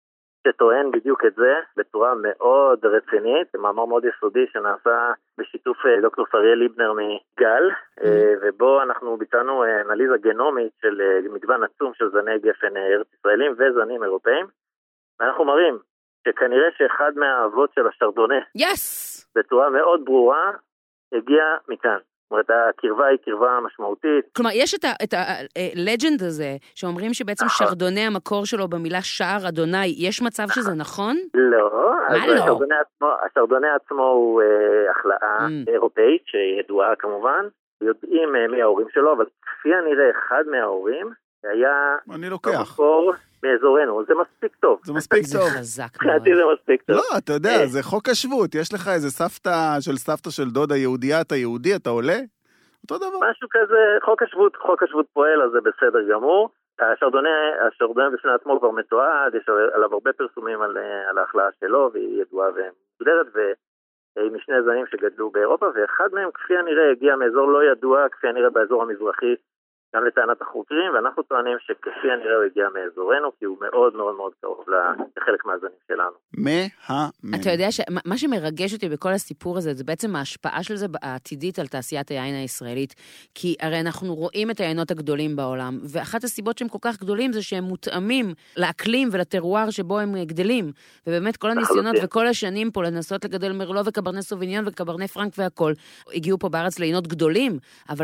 שטוען בדיוק את זה בצורה מאוד רצינית, מאמר מאוד יסודי שנעשה בשיתוף דוקטור שריאל ליבנר מגל, ובו אנחנו ביצענו אנליזה גנומית של מגוון עצום של זני גפן ארץ ישראלים וזנים אירופאים, ואנחנו מראים שכנראה שאחד מהאבות של השרדונה, yes! בצורה מאוד ברורה, הגיע מכאן. זאת אומרת, הקרבה היא קרבה משמעותית. כלומר, יש את הלג'נד הזה, שאומרים שבעצם שרדונה המקור שלו במילה שער אדוני, יש מצב שזה נכון? לא. מה לא? השרדונה עצמו הוא החלאה אירופאית, שידועה כמובן, יודעים מי ההורים שלו, אבל כפי הנראה אחד מההורים, היה במקור מאזורנו, זה מספיק טוב. זה מספיק טוב. זה חזק מאוד. זה מספיק טוב. לא, אתה יודע, זה חוק השבות, יש לך איזה סבתא של סבתא של דודה יהודייה, אתה יהודי, אתה עולה? אותו דבר. משהו כזה, חוק השבות, חוק השבות פועל, אז זה בסדר גמור. השרדונה, השרדונה בפני עצמו כבר מתועד, יש עליו הרבה פרסומים על, על ההחלאה שלו, והיא ידועה ומוגדרת, ועם משני זנים שגדלו באירופה, ואחד מהם כפי הנראה הגיע מאזור לא ידוע, כפי הנראה באזור המזרחי, גם לטענת החוקרים, ואנחנו טוענים שכפי הנראה הוא הגיע מאזורנו, כי הוא מאוד מאוד מאוד קרוב לחלק מהזנים שלנו. מהמם. אתה יודע שמה שמרגש אותי בכל הסיפור הזה, זה בעצם ההשפעה של זה העתידית על תעשיית היין הישראלית, כי הרי אנחנו רואים את היינות הגדולים בעולם, ואחת הסיבות שהם כל כך גדולים זה שהם מותאמים לאקלים ולטרואר שבו הם גדלים, ובאמת כל הניסיונות וכל השנים פה לנסות לגדל מרלו וקברני סוביניון וקברני פרנק והכל, הגיעו פה בארץ לעיינות גדולים, אבל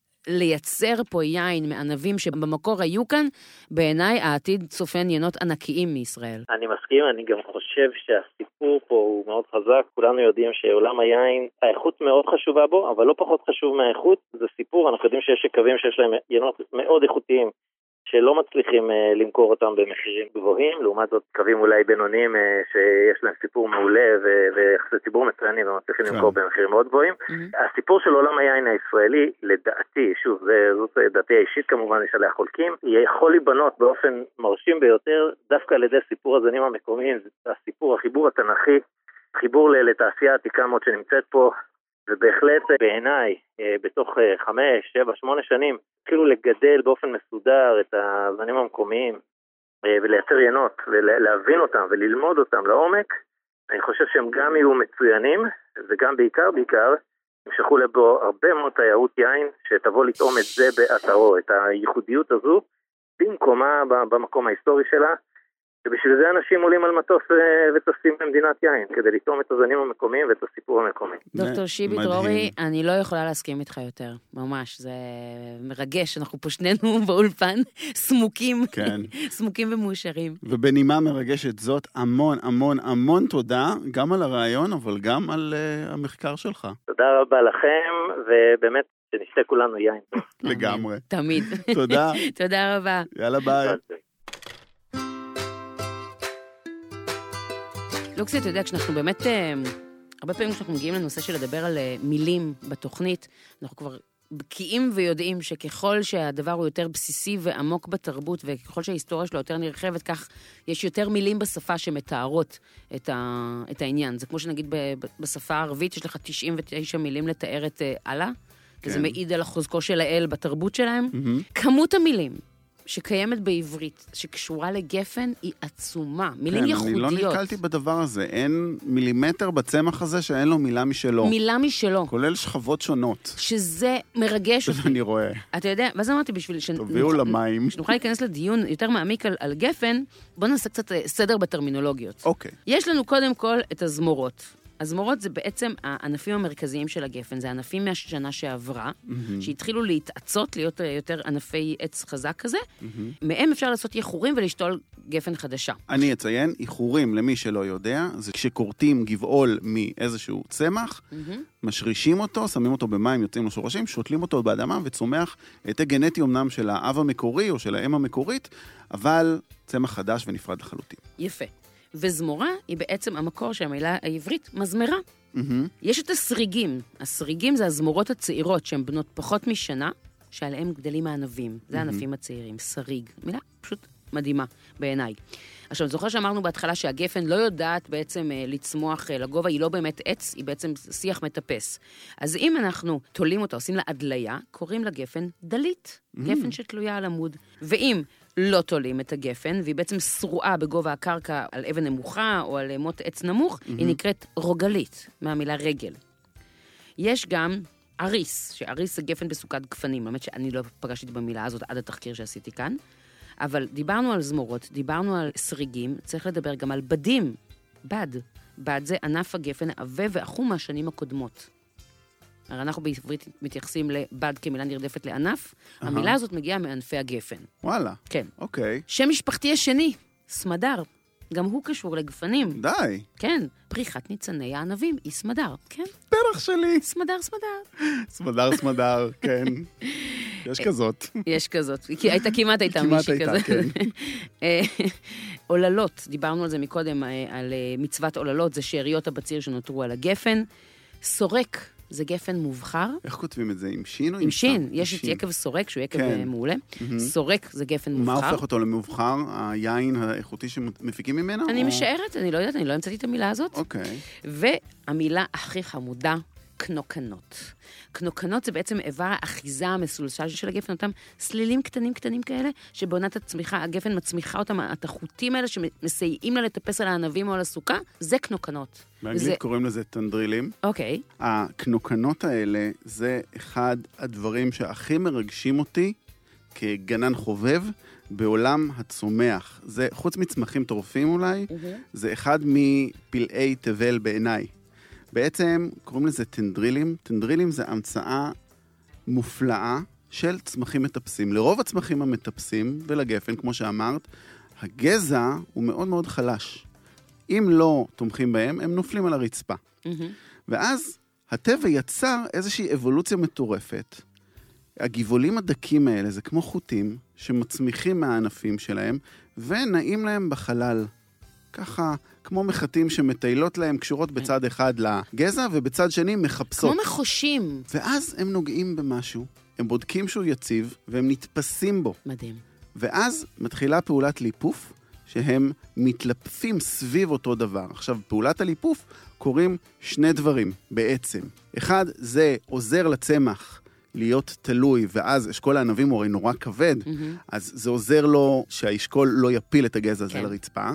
לייצר פה יין מענבים שבמקור היו כאן, בעיניי העתיד צופן יינות ענקיים מישראל. אני מסכים, אני גם חושב שהסיפור פה הוא מאוד חזק, כולנו יודעים שעולם היין, האיכות מאוד חשובה בו, אבל לא פחות חשוב מהאיכות, זה סיפור, אנחנו יודעים שיש יקבים שיש להם יינות מאוד איכותיים, שלא מצליחים uh, למכור אותם במחירים גבוהים, לעומת זאת קווים אולי בינוניים uh, שיש להם סיפור מעולה ויחסי ציבור מצוינים ומצליחים כן. למכור במחירים מאוד גבוהים. Mm-hmm. הסיפור של עולם היין הישראלי, לדעתי, שוב, זה, זאת דעתי האישית כמובן, יש עליה חולקים, יכול להיבנות באופן מרשים ביותר, דווקא על ידי סיפור הזנים המקומיים, זה הסיפור, החיבור התנ"כי, חיבור לתעשייה העתיקה מאוד שנמצאת פה, ובהחלט בעיניי, בתוך חמש, שבע, שמונה שנים, כאילו לגדל באופן מסודר את הזנים המקומיים, ולייצר ינות, ולהבין אותם, וללמוד אותם לעומק, אני חושב שהם גם יהיו מצוינים, וגם בעיקר, בעיקר, ימשכו לבו הרבה מאוד תיירות יין, שתבוא לטעום את זה באתרו, את הייחודיות הזו, במקומה במקום ההיסטורי שלה, ובשביל זה אנשים עולים על מטוס וטסים במדינת יין, כדי לטעום את הזנים המקומיים ואת הסיפור המקומי. דוקטור שיבי דרורי, אני לא יכולה להסכים איתך יותר, ממש, זה מרגש, אנחנו פה שנינו באולפן, סמוקים, סמוקים ומאושרים. ובנימה מרגשת זאת, המון, המון, המון תודה, גם על הרעיון, אבל גם על המחקר שלך. תודה רבה לכם, ובאמת, שנשתה כולנו יין. לגמרי. תמיד. תודה. תודה רבה. יאללה ביי. לוקסי, אתה יודע, כשאנחנו באמת, הרבה פעמים כשאנחנו מגיעים לנושא של לדבר על מילים בתוכנית, אנחנו כבר בקיאים ויודעים שככל שהדבר הוא יותר בסיסי ועמוק בתרבות, וככל שההיסטוריה שלו יותר נרחבת, כך יש יותר מילים בשפה שמתארות את, ה, את העניין. זה כמו שנגיד בשפה הערבית, יש לך תשעים ותשע מילים לתאר את אללה, כן. וזה מעיד על החוזקו של האל בתרבות שלהם. Mm-hmm. כמות המילים שקיימת בעברית, שקשורה לגפן, היא עצומה. מילים כן, ייחודיות. אני לא נתקלתי בדבר הזה. אין מילימטר בצמח הזה שאין לו מילה משלו. מילה משלו. כולל שכבות שונות. שזה מרגש אותי. אני רואה. אתה יודע, ואז אמרתי בשביל... תביאו למים. שנוכל להיכנס לדיון יותר מעמיק על, על גפן, בואו נעשה קצת סדר בטרמינולוגיות. אוקיי. יש לנו קודם כל את הזמורות. הזמורות זה בעצם הענפים המרכזיים של הגפן, זה ענפים מהשנה שעברה, mm-hmm. שהתחילו להתעצות, להיות יותר ענפי עץ חזק כזה, mm-hmm. מהם אפשר לעשות יחורים ולשתול גפן חדשה. אני אציין, יחורים למי שלא יודע, זה כשקורטים גבעול מאיזשהו צמח, mm-hmm. משרישים אותו, שמים אותו במים, יוצאים לו שורשים, שותלים אותו באדמה וצומח העתק גנטי אמנם של האב המקורי או של האם המקורית, אבל צמח חדש ונפרד לחלוטין. יפה. וזמורה היא בעצם המקור של המילה העברית, מזמרה. Mm-hmm. יש את הסריגים. הסריגים זה הזמורות הצעירות שהן בנות פחות משנה, שעליהם גדלים הענבים. זה mm-hmm. הענפים הצעירים. סריג. מילה פשוט מדהימה בעיניי. עכשיו, אני זוכר שאמרנו בהתחלה שהגפן לא יודעת בעצם לצמוח לגובה, היא לא באמת עץ, היא בעצם שיח מטפס. אז אם אנחנו תולים אותה, עושים לה הדליה, קוראים לה גפן דלית. Mm-hmm. גפן שתלויה על עמוד. ואם לא תולים את הגפן, והיא בעצם שרועה בגובה הקרקע על אבן נמוכה או על מוט עץ נמוך, mm-hmm. היא נקראת רוגלית, מהמילה רגל. יש גם אריס, שאריס זה גפן בסוכת גפנים, באמת שאני לא פגשתי במילה הזאת עד התחקיר שעשיתי כאן, אבל דיברנו על זמורות, דיברנו על סריגים, צריך לדבר גם על בדים, בד. בד זה ענף הגפן העבה והחום מהשנים הקודמות. הרי אנחנו בעברית מתייחסים לבד כמילה נרדפת לענף, uh-huh. המילה הזאת מגיעה מענפי הגפן. וואלה. כן. אוקיי. שם משפחתי השני, סמדר. גם הוא קשור לגפנים. די. כן. פריחת ניצני הענבים היא סמדר. כן. פרח שלי. סמדר, סמדר. סמדר, סמדר, כן. יש כזאת. יש כזאת. הייתה כמעט הייתה מישהי כזאת. כמעט הייתה, כן. עוללות, דיברנו על זה מקודם, על מצוות עוללות, זה שאריות הבציר שנותרו על הגפן. סורק. זה גפן מובחר. איך כותבים את זה? עם שין או עם עם שין. יש את יקב סורק, שהוא יקב כן. מעולה. Mm-hmm. סורק זה גפן מובחר. מה הופך אותו למובחר? היין האיכותי שמפיקים ממנו? אני או... משערת, אני לא יודעת, אני לא המצאתי את המילה הזאת. אוקיי. והמילה הכי חמודה, קנוקנות. קנוקנות זה בעצם איבר האחיזה המסולסל של הגפן, אותם סלילים קטנים קטנים כאלה, שבעונת הצמיחה, הגפן מצמיחה אותם, את החוטים האלה שמסייעים לה לטפס על הענבים או על הסוכה, זה קנוקנות. באנגלית זה... קוראים לזה תנדרילים. אוקיי. הקנוקנות האלה זה אחד הדברים שהכי מרגשים אותי כגנן חובב בעולם הצומח. זה, חוץ מצמחים טורפים אולי, mm-hmm. זה אחד מפלאי תבל בעיניי. בעצם קוראים לזה תנדרילים. תנדרילים זה המצאה מופלאה של צמחים מטפסים. לרוב הצמחים המטפסים, ולגפן, כמו שאמרת, הגזע הוא מאוד מאוד חלש. אם לא תומכים בהם, הם נופלים על הרצפה. Mm-hmm. ואז הטבע יצר איזושהי אבולוציה מטורפת, הגיבולים הדקים האלה זה כמו חוטים שמצמיחים מהענפים שלהם ונעים להם בחלל. ככה, כמו מחטים שמטיילות להם קשורות בצד אחד לגזע ובצד שני מחפשות. כמו מחושים. ואז הם נוגעים במשהו, הם בודקים שהוא יציב והם נתפסים בו. מדהים. ואז מתחילה פעולת ליפוף שהם מתלפפים סביב אותו דבר. עכשיו, פעולת הליפוף קוראים שני דברים בעצם. אחד, זה עוזר לצמח להיות תלוי, ואז אשכול הענבים הוא הרי נורא כבד, mm-hmm. אז זה עוזר לו שהאשכול לא יפיל את הגזע הזה כן. לרצפה.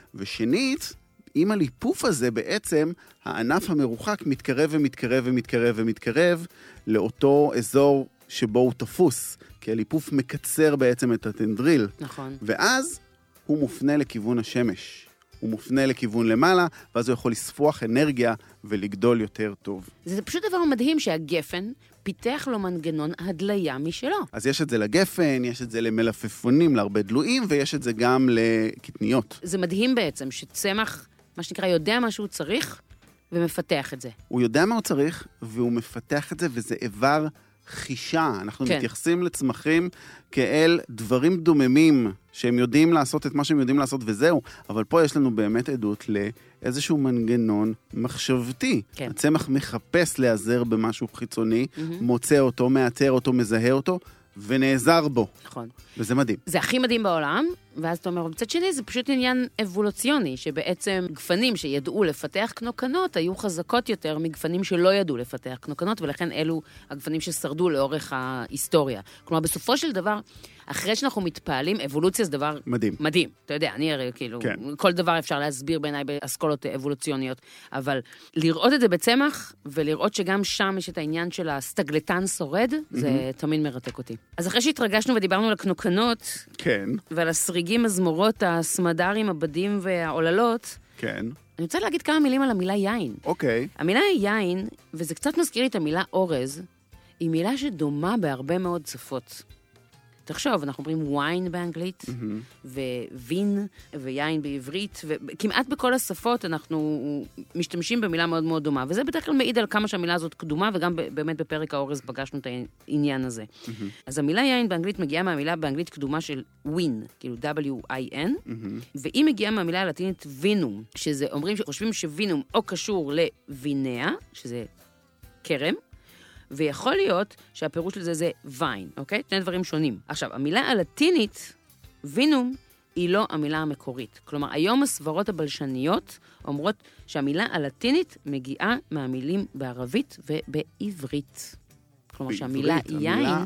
ושנית, עם הליפוף הזה בעצם הענף המרוחק מתקרב ומתקרב ומתקרב ומתקרב לאותו אזור שבו הוא תפוס, כי הליפוף מקצר בעצם את הטנדריל. נכון. ואז הוא מופנה לכיוון השמש. הוא מופנה לכיוון למעלה, ואז הוא יכול לספוח אנרגיה ולגדול יותר טוב. זה פשוט דבר מדהים שהגפן פיתח לו מנגנון הדליה משלו. אז יש את זה לגפן, יש את זה למלפפונים, להרבה דלויים, ויש את זה גם לקטניות. זה מדהים בעצם שצמח, מה שנקרא, יודע מה שהוא צריך ומפתח את זה. הוא יודע מה הוא צריך, והוא מפתח את זה, וזה איבר חישה. אנחנו כן. מתייחסים לצמחים כאל דברים דוממים, שהם יודעים לעשות את מה שהם יודעים לעשות וזהו, אבל פה יש לנו באמת עדות לאיזשהו מנגנון מחשבתי. כן. הצמח מחפש להיעזר במשהו חיצוני, mm-hmm. מוצא אותו, מאתר אותו, מזהה אותו, ונעזר בו. נכון. וזה מדהים. זה הכי מדהים בעולם, ואז אתה אומר, בצד שני זה פשוט עניין אבולוציוני, שבעצם גפנים שידעו לפתח קנוקנות היו חזקות יותר מגפנים שלא ידעו לפתח קנוקנות, ולכן אלו הגפנים ששרדו לאורך ההיסטוריה. כלומר, בסופו של דבר, אחרי שאנחנו מתפעלים, אבולוציה זה דבר מדהים. מדהים. אתה יודע, אני הרי כאילו, כן. כל דבר אפשר להסביר בעיניי באסכולות אבולוציוניות, אבל לראות את זה בצמח, ולראות שגם שם יש את העניין של הסטגלטן שורד, זה mm-hmm. תמיד מרתק אותי. אז אחרי שהתרגשנו ודיברנו על הקנוקנות, כן. ועל הסריגים, הזמורות, הסמדרים, הבדים והעוללות, כן. אני רוצה להגיד כמה מילים על המילה יין. אוקיי. המילה יין, וזה קצת מזכיר לי את המילה אורז, היא מילה שדומה בהרבה מאוד שפות. תחשוב, אנחנו אומרים וויין באנגלית, mm-hmm. ווין, ויין בעברית, וכמעט בכל השפות אנחנו משתמשים במילה מאוד מאוד דומה, וזה בדרך כלל מעיד על כמה שהמילה הזאת קדומה, וגם באמת בפרק האורז פגשנו את העניין הזה. Mm-hmm. אז המילה יין באנגלית מגיעה מהמילה באנגלית קדומה של ווין, כאילו W-I-N, mm-hmm. והיא מגיעה מהמילה הלטינית וינום, שזה אומרים שחושבים שווינום או קשור לוויניה, שזה קרם, ויכול להיות שהפירוש לזה זה ויין, אוקיי? שני דברים שונים. עכשיו, המילה הלטינית, וינום, היא לא המילה המקורית. כלומר, היום הסברות הבלשניות אומרות שהמילה הלטינית מגיעה מהמילים בערבית ובעברית. כלומר, שהמילה יין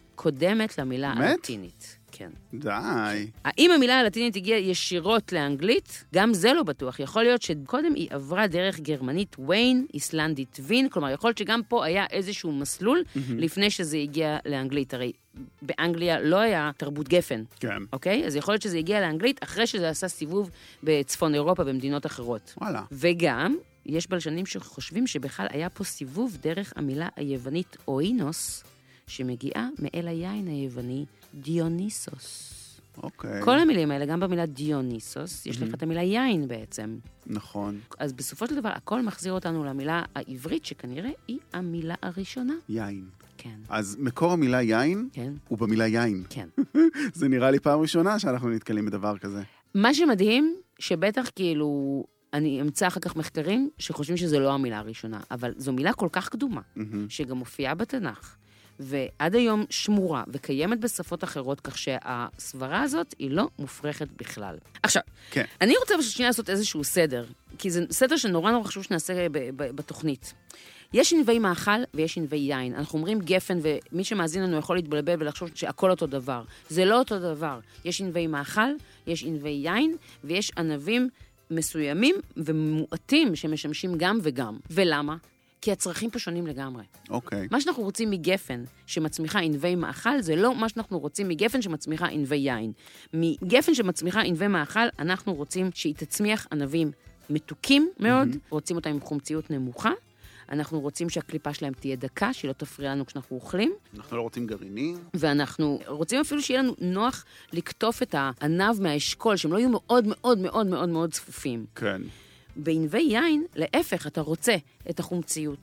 קודמת למילה הלטינית. כן. די. האם המילה הלטינית הגיעה ישירות לאנגלית? גם זה לא בטוח. יכול להיות שקודם היא עברה דרך גרמנית ויין, איסלנדית וין, כלומר, יכול להיות שגם פה היה איזשהו מסלול mm-hmm. לפני שזה הגיע לאנגלית. הרי באנגליה לא היה תרבות גפן. כן. אוקיי? אז יכול להיות שזה הגיע לאנגלית אחרי שזה עשה סיבוב בצפון אירופה, במדינות אחרות. וואלה. וגם, יש בלשנים שחושבים שבכלל היה פה סיבוב דרך המילה היוונית אוינוס, שמגיעה מאל היין היווני דיוניסוס. אוקיי. כל המילים האלה, גם במילה דיוניסוס, יש לך את המילה יין בעצם. נכון. אז בסופו של דבר, הכל מחזיר אותנו למילה העברית, שכנראה היא המילה הראשונה. יין. כן. אז מקור המילה יין, כן. הוא במילה יין. כן. זה נראה לי פעם ראשונה שאנחנו נתקלים בדבר כזה. מה שמדהים, שבטח כאילו, אני אמצא אחר כך מחקרים שחושבים שזה לא המילה הראשונה, אבל זו מילה כל כך קדומה, שגם מופיעה בתנ"ך. ועד היום שמורה וקיימת בשפות אחרות, כך שהסברה הזאת היא לא מופרכת בכלל. עכשיו, כן. אני רוצה בשנייה לעשות איזשהו סדר, כי זה סדר שנורא נורא חשוב שנעשה בתוכנית. יש ענבי מאכל ויש ענבי יין. אנחנו אומרים גפן, ומי שמאזין לנו יכול להתבלבל ולחשוב שהכל אותו דבר. זה לא אותו דבר. יש ענבי מאכל, יש ענבי יין, ויש ענבים מסוימים ומועטים שמשמשים גם וגם. ולמה? כי הצרכים פה שונים לגמרי. אוקיי. מה שאנחנו רוצים מגפן שמצמיחה ענבי מאכל, זה לא מה שאנחנו רוצים מגפן שמצמיחה ענבי יין. מגפן שמצמיחה ענבי מאכל, אנחנו רוצים שהיא תצמיח ענבים מתוקים מאוד, mm-hmm. רוצים אותם עם חומציות נמוכה, אנחנו רוצים שהקליפה שלהם תהיה דקה, שהיא לא תפריע לנו כשאנחנו אוכלים. אנחנו לא רוצים גרעינים. ואנחנו רוצים אפילו שיהיה לנו נוח לקטוף את הענב מהאשכול, שהם לא יהיו מאוד מאוד מאוד מאוד מאוד צפופים. כן. בענבי יין, להפך, אתה רוצה את החומציות.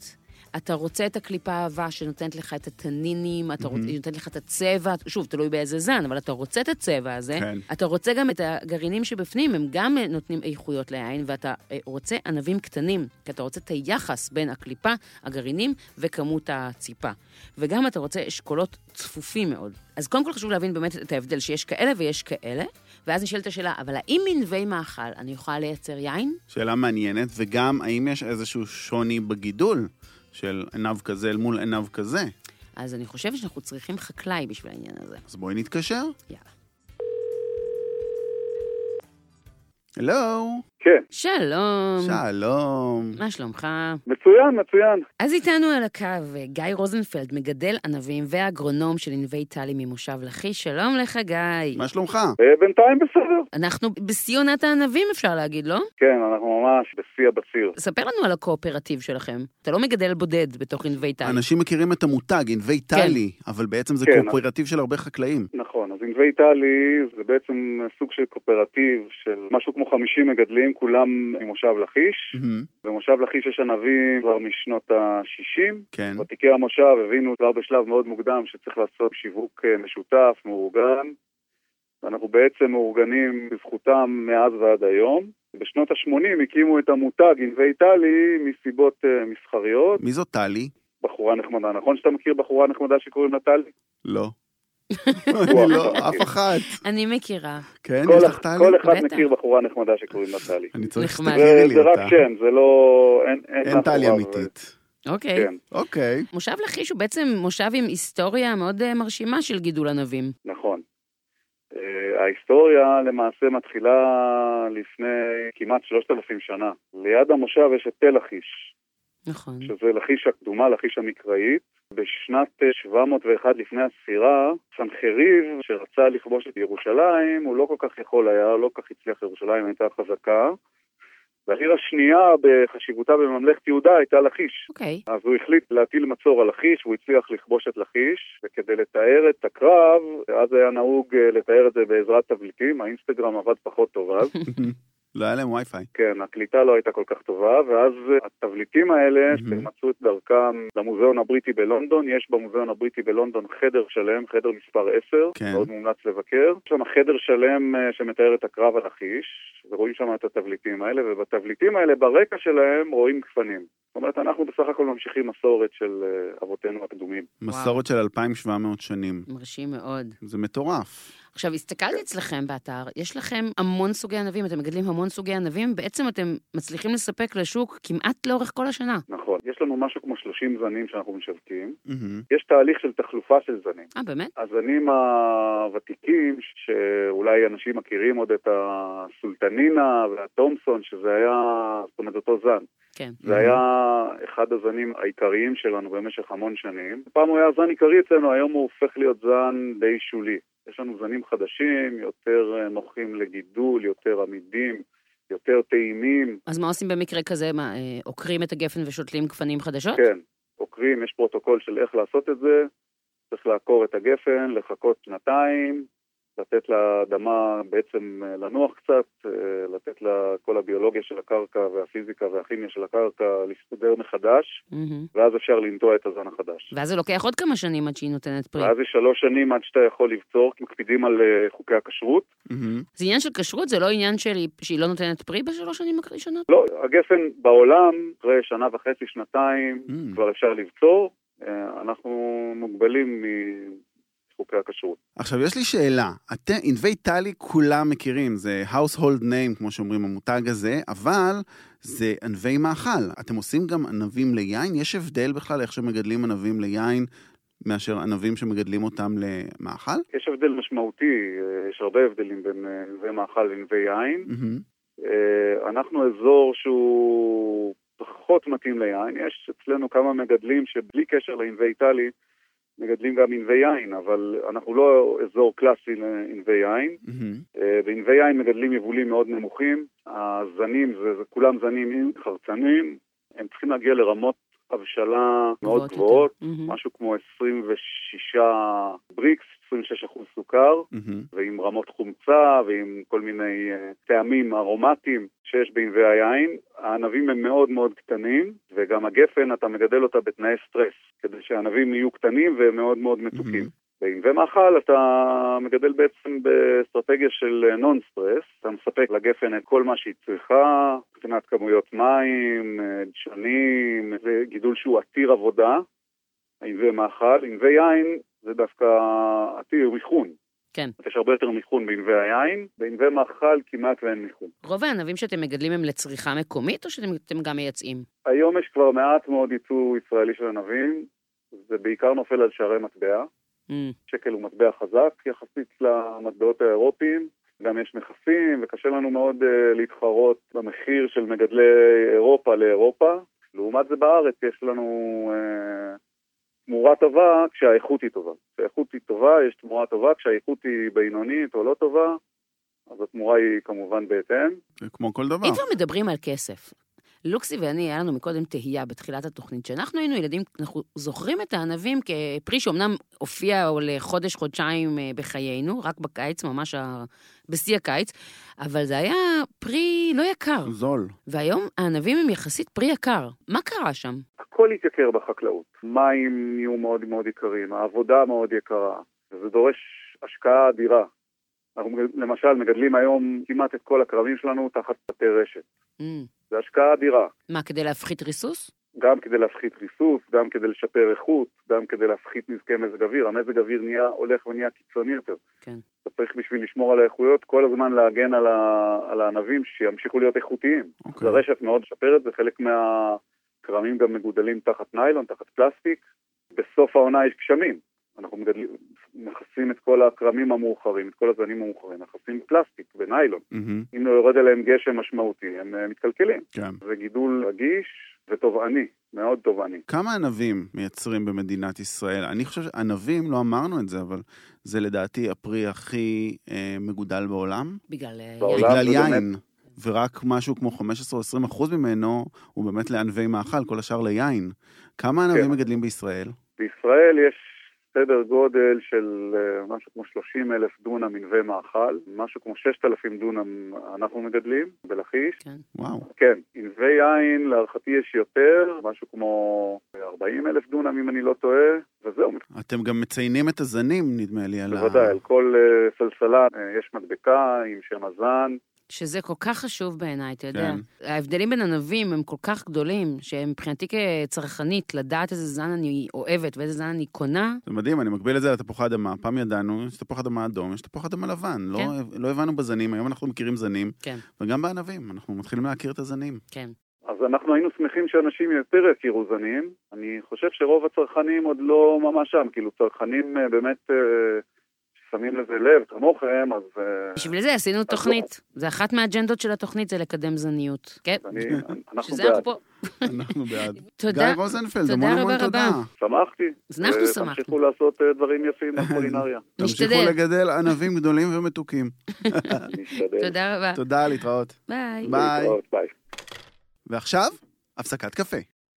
אתה רוצה את הקליפה האהבה שנותנת לך את התנינים, אתה רוצה, נותנת לך את הצבע, שוב, תלוי באיזה זן, אבל אתה רוצה את הצבע הזה, כן. אתה רוצה גם את הגרעינים שבפנים, הם גם נותנים איכויות ליין, ואתה רוצה ענבים קטנים, כי אתה רוצה את היחס בין הקליפה, הגרעינים וכמות הציפה. וגם אתה רוצה אשכולות צפופים מאוד. אז קודם כל חשוב להבין באמת את ההבדל שיש כאלה ויש כאלה, ואז נשאלת השאלה, אבל האם מנווי מאכל אני יכולה לייצר יין? שאלה מעניינת, וגם האם יש איזשהו שוני בגידול של עיניו כזה אל מול עיניו כזה? אז אני חושבת שאנחנו צריכים חקלאי בשביל העניין הזה. אז בואי נתקשר. יאללה. הלו. כן. שלום. שלום. מה שלומך? מצוין, מצוין. אז איתנו על הקו גיא רוזנפלד, מגדל ענבים ואגרונום של ענבי טלי ממושב לכיש. שלום לך, גיא. מה שלומך? בינתיים בסדר. אנחנו בשיא עונת הענבים, אפשר להגיד, לא? כן, אנחנו ממש בשיא הבציר. ספר לנו על הקואופרטיב שלכם. אתה לא מגדל בודד בתוך ענבי טלי. אנשים מכירים את המותג, ענבי טלי, אבל בעצם זה כן. קואופרטיב של הרבה חקלאים. נכון, אז ענבי טלי זה בעצם סוג של קואופרטיב של משהו כמו חמישים מגדלים, כולם ממושב לכיש. במושב לכיש יש ענבים כבר משנות ה-שישים. כן. ותיקי המושב הבינו כבר בשלב מאוד מוקדם שצריך לעשות שיווק משותף, מאורגן. ואנחנו בעצם מאורגנים בזכותם מאז ועד היום. בשנות ה-שמונים הקימו את המותג ענבי טלי מסיבות uh, מסחריות. מי זאת טלי? בחורה נחמדה. נכון שאתה מכיר בחורה נחמדה שקוראים לה טלי? לא. אני לא, אף אחת. אני מכירה. כן, כל יש אח- לך טלי? כל אחד בטח. מכיר בחורה נחמדה שקוראים לה טלי. אני צריך נחמד. שתכירי זה לי זה אותה. רק שם, זה לא... אין, אין, אין טלי מאחוריו, אמיתית. אוקיי. כן, אוקיי. מושב לכיש הוא בעצם מושב עם היסטוריה מאוד uh, מרשימה של גידול ענבים. נכון. Uh, ההיסטוריה למעשה מתחילה לפני כמעט שלושת אלפים שנה. ליד המושב יש את תל לכיש. נכון. שזה לכיש הקדומה, לכיש המקראית. בשנת שבע מאות ואחת לפני הספירה, סנחריב שרצה לכבוש את ירושלים, הוא לא כל כך יכול היה, לא כל כך הצליח ירושלים, הייתה חזקה. והעיר השנייה בחשיבותה בממלכת יהודה הייתה לכיש. אוקיי. אז הוא החליט להטיל מצור על לכיש, והוא הצליח לכבוש את לכיש, וכדי לתאר את הקרב, אז היה נהוג לתאר את זה בעזרת תבליטים, האינסטגרם עבד פחות טוב אז. לא היה להם וי-פיי. כן, הקליטה לא הייתה כל כך טובה, ואז התבליטים האלה שמצאו את דרכם למוזיאון הבריטי בלונדון, יש במוזיאון הבריטי בלונדון חדר שלם, חדר מספר עשר, כן. מאוד מומלץ לבקר. יש שם חדר שלם שמתאר את הקרב על לכיש, ורואים שם את התבליטים האלה, ובתבליטים האלה ברקע שלהם רואים גפנים. זאת אומרת, אנחנו בסך הכל ממשיכים מסורת של אבותינו הקדומים. מסורת של אלפיים ושבע מאות שנים. מרשים מאוד. זה מטורף. עכשיו, הסתכלתי אצלכם באתר, יש לכם המון סוגי ענבים, אתם מגדלים המון סוגי ענבים, בעצם אתם מצליחים לספק לשוק כמעט לאורך כל השנה. נכון. יש לנו משהו כמו שלושים זנים שאנחנו משווקים. מהמם. יש תהליך של תחלופה של זנים. אה, באמת? הזנים הוותיקים, שאולי אנשים מכירים עוד את הסולטנינה והתומסון, שזה היה, זאת אומרת, אותו זן. כן. זה היה אחד הזנים העיקריים שלנו במשך המון שנים. פעם הוא היה זן עיקרי אצלנו, היום הוא הופך להיות זן די שולי. יש לנו זנים חדשים, יותר נוחים לגידול, יותר עמידים, יותר טעימים. אז מה עושים במקרה כזה? מה, אה, עוקרים את הגפן ושותלים גפנים חדשות? כן, עוקרים, יש פרוטוקול של איך לעשות את זה. צריך לעקור את הגפן, לחכות שנתיים, לתת לאדמה בעצם לנוח קצת, לתת לה כל הביולוגיה של הקרקע והפיזיקה והכימיה של הקרקע להסתדר מחדש, מהמם. ואז אפשר לנטוע את הזן החדש. ואז זה לוקח עוד כמה שנים עד שהיא נותנת פרי. ואז יש שלוש שנים עד שאתה יכול לבצור, כי מקפידים על אה, חוקי הכשרות. מהמם. זה עניין של כשרות? זה לא עניין של שהיא לא נותנת פרי בשלוש שנים הראשונות? לא, הגפן בעולם, אחרי שנה וחצי, שנתיים, Mm. כבר אפשר לבצור. אה, אנחנו מוגבלים מחוקי הכשרות. עכשיו, יש לי שאלה. אתם, ענבי טלי כולם מכירים, זה household name, כמו שאומרים, המותג הזה, אבל זה ענבי מאכל. אתם עושים גם ענבים ליין? יש הבדל בכלל איך שמגדלים ענבים ליין מאשר ענבים שמגדלים אותם למאכל? יש הבדל משמעותי, אה, יש הרבה הבדלים בין אה, ענבי מאכל לענבי יין. מהמם. אה, אנחנו אזור שהוא פחות מתאים ליין. יש אצלנו כמה מגדלים שבלי קשר לענבי טלי, מגדלים גם ענבי יין, אבל אנחנו לא אזור קלאסי לענבי יין. מהמם. אה, בענבי יין מגדלים יבולים מאוד נמוכים. הזנים, זה, זה כולם זנים עם חרצנים. הם צריכים להגיע לרמות הבשלה מאוד גבוהות יותר. גבוהות. מהמם. משהו כמו עשרים ושישה בריקס עשרים ושש אחוז סוכר, ועם רמות חומצה, ועם כל מיני טעמים ארומטיים שיש בענבי היין. הענבים הם מאוד מאוד קטנים, וגם הגפן, אתה מגדל אותה בתנאי סטרס, כדי שהענבים יהיו קטנים ומאוד מאוד מתוקים. בענבי מאכל אתה מגדל בעצם באסטרטגיה של נון סטרס, אתה מספק לגפן את כל מה שהיא צריכה, קטנת כמויות מים, דשנים, זה גידול שהוא עתיר עבודה. ענבי מאכל, ענבי יין זה דווקא עתיר מיכון. כן. יש הרבה יותר מיכון בענבי היין, בענבי מאכל כמעט ואין מיכון. רוב הענבים שאתם מגדלים הם לצריכה מקומית, או שאתם גם מייצאים? היום יש כבר מעט מאוד ייצור ישראלי של ענבים, זה בעיקר נופל על שערי מטבע. Mm. שקל הוא מטבע חזק יחסית למטבעות האירופיים, גם יש מכסים, וקשה לנו מאוד uh, להתחרות במחיר של מגדלי אירופה לאירופה. לעומת זה בארץ יש לנו uh, תמורה טובה כשהאיכות היא טובה. כשהאיכות היא טובה, יש תמורה טובה, כשהאיכות היא בינונית או לא טובה, אז התמורה היא כמובן בהתאם. כמו כל דבר. אם כבר מדברים על כסף, לוקסי ואני, היה לנו מקודם תהייה בתחילת התוכנית, שאנחנו היינו ילדים, אנחנו זוכרים את הענבים כפרי שאומנם הופיע לחודש, חודשיים בחיינו, רק בקיץ, ממש בשיא הקיץ, אבל זה היה פרי לא יקר. זול. והיום הענבים הם יחסית פרי יקר. מה קרה שם? הכל יתייקר בחקלאות. מים יהיו מאוד מאוד יקרים, העבודה מאוד יקרה, וזה דורש השקעה אדירה. אנחנו למשל מגדלים היום כמעט את כל הקרבים שלנו תחת פתי רשת. Mm. זה השקעה אדירה. מה, כדי להפחית ריסוס? גם כדי להפחית ריסוס, גם כדי לשפר איכות, גם כדי להפחית נזקי מזג אוויר. המזג אוויר נהיה, הולך ונהיה קיצוני יותר. כן. אתה צריך בשביל לשמור על האיכויות, כל הזמן להגן על, ה... על הענבים שימשיכו להיות איכותיים. Okay. זה רשת מאוד שפרת, זה חלק מהקרמים גם מגודלים תחת ניילון, תחת פלסטיק. בסוף העונה יש גשמים. אנחנו מגדלים, מכסים את כל הקרמים המאוחרים, את כל הזנים המאוחרים, מכסים פלסטיק וניילון. Mm-hmm. אם לא יורד עליהם גשם משמעותי, הם uh, מתקלקלים. כן. זה גידול רגיש ותובעני, מאוד תובעני. כמה ענבים מייצרים במדינת ישראל? אני חושב שענבים, לא אמרנו את זה, אבל זה לדעתי הפרי הכי אה, מגודל בעולם. בגלל, בעולם בגלל יין. באמת... ורק משהו כמו חמש עשרה עד עשרים אחוז ממנו הוא באמת לענבי מאכל, כל השאר ליין. כמה ענבים כן. מגדלים בישראל? בישראל יש סדר גודל של משהו כמו שלושים אלף דונם ענבי מאכל, משהו כמו שישת אלפים דונם אנחנו מגדלים בלחיש. כן. וואו. כן, ענבי יין להערכתי יש יותר, משהו כמו ארבעים אלף דונם אם אני לא טועה, וזהו. אתם גם מציינים את הזנים, נדמה לי. בוודאי, על כל uh, סלסלה uh, יש מדבקה עם שם הזן. שזה כל כך חשוב בעיניי, אתה יודע. כן. ההבדלים בין ענבים הם כל כך גדולים, שהם מבחינתי כצרכנית, לדעת איזה זן אני אוהבת ואיזה זן אני קונה. זה מדהים, אני מקביל את זה לתפוח אדמה. פעם ידענו, יש תפוח אדמה אדום, יש תפוח אדמה לבן. כן. לא, לא הבנו בזנים, היום אנחנו מכירים זנים. כן. וגם בענבים, אנחנו מתחילים להכיר את הזנים. כן. אז אנחנו היינו שמחים שאנשים יותר יכירו זנים. אני חושב שרוב הצרכנים עוד לא ממש שם, כאילו צרכנים באמת... שמים לזה לב, כמוכם, אז... בשביל זה עשינו תוכנית. זה אחת מהאג'נדות של התוכנית, זה לקדם זניות. כן? אנחנו בעד. אנחנו בעד. תודה. גיא רוזנפלד, המון המון תודה. שמחתי. אז אנחנו שמחנו. תמשיכו לעשות דברים יפים בקולינריה. תמשיכו לגדל ענבים גדולים ומתוקים. תודה רבה. תודה, להתראות. ביי. ביי. ועכשיו, הפסקת קפה.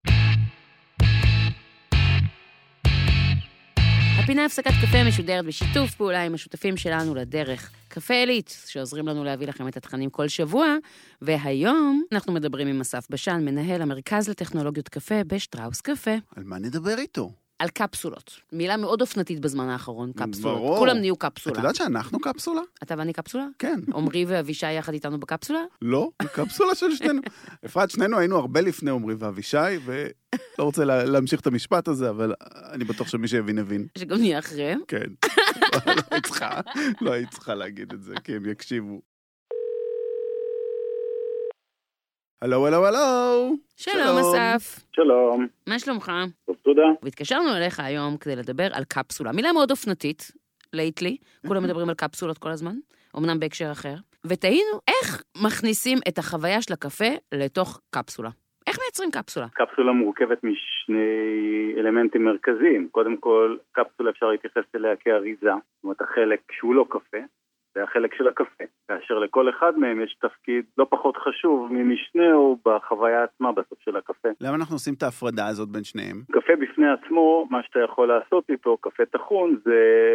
הפינה הפסקת קפה משודרת בשיתוף פעולה עם השותפים שלנו לדרך, קפה עילית, שעוזרים לנו להביא לכם את התכנים כל שבוע, והיום אנחנו מדברים עם אסף בשן, מנהל המרכז לטכנולוגיות קפה בשטראוס קפה. על מה נדבר איתו? על קפסולות. מילה מאוד אופנתית בזמן האחרון, קפסולות. ברור. כולם נהיו קפסולה. את יודעת שאנחנו קפסולה? אתה ואני קפסולה? כן. עומרי ואבישי יחד איתנו בקפסולה? לא, קפסולה של שנינו. אפרת, שנינו היינו הרבה לפני עומרי ואבישי, ולא רוצה להמשיך את המשפט הזה, אבל אני בטוח שמי שהבין הבין. שגם נהיה אחריהם? כן. לא היית צריכה, לא היית צריכה להגיד את זה, כי הם יקשיבו. הלו, הלו, הלו. שלום, אסף. שלום. מה שלומך? טוב, תודה. והתקשרנו אליך היום כדי לדבר על קפסולה. מילה מאוד אופנתית, לייטלי. כולם מדברים על קפסולות כל הזמן, אמנם בהקשר אחר. ותהינו איך מכניסים את החוויה של הקפה לתוך קפסולה. איך מייצרים קפסולה? קפסולה מורכבת משני אלמנטים מרכזיים. קודם כל, קפסולה אפשר להתייחס אליה כאריזה. זאת אומרת, החלק שהוא לא קפה. זה החלק של הקפה, כאשר לכל אחד מהם יש תפקיד לא פחות חשוב ממשנהו בחוויה עצמה בסוף של הקפה. למה אנחנו עושים את ההפרדה הזאת בין שניהם? קפה בפני עצמו, מה שאתה יכול לעשות איתו, קפה תחון, זה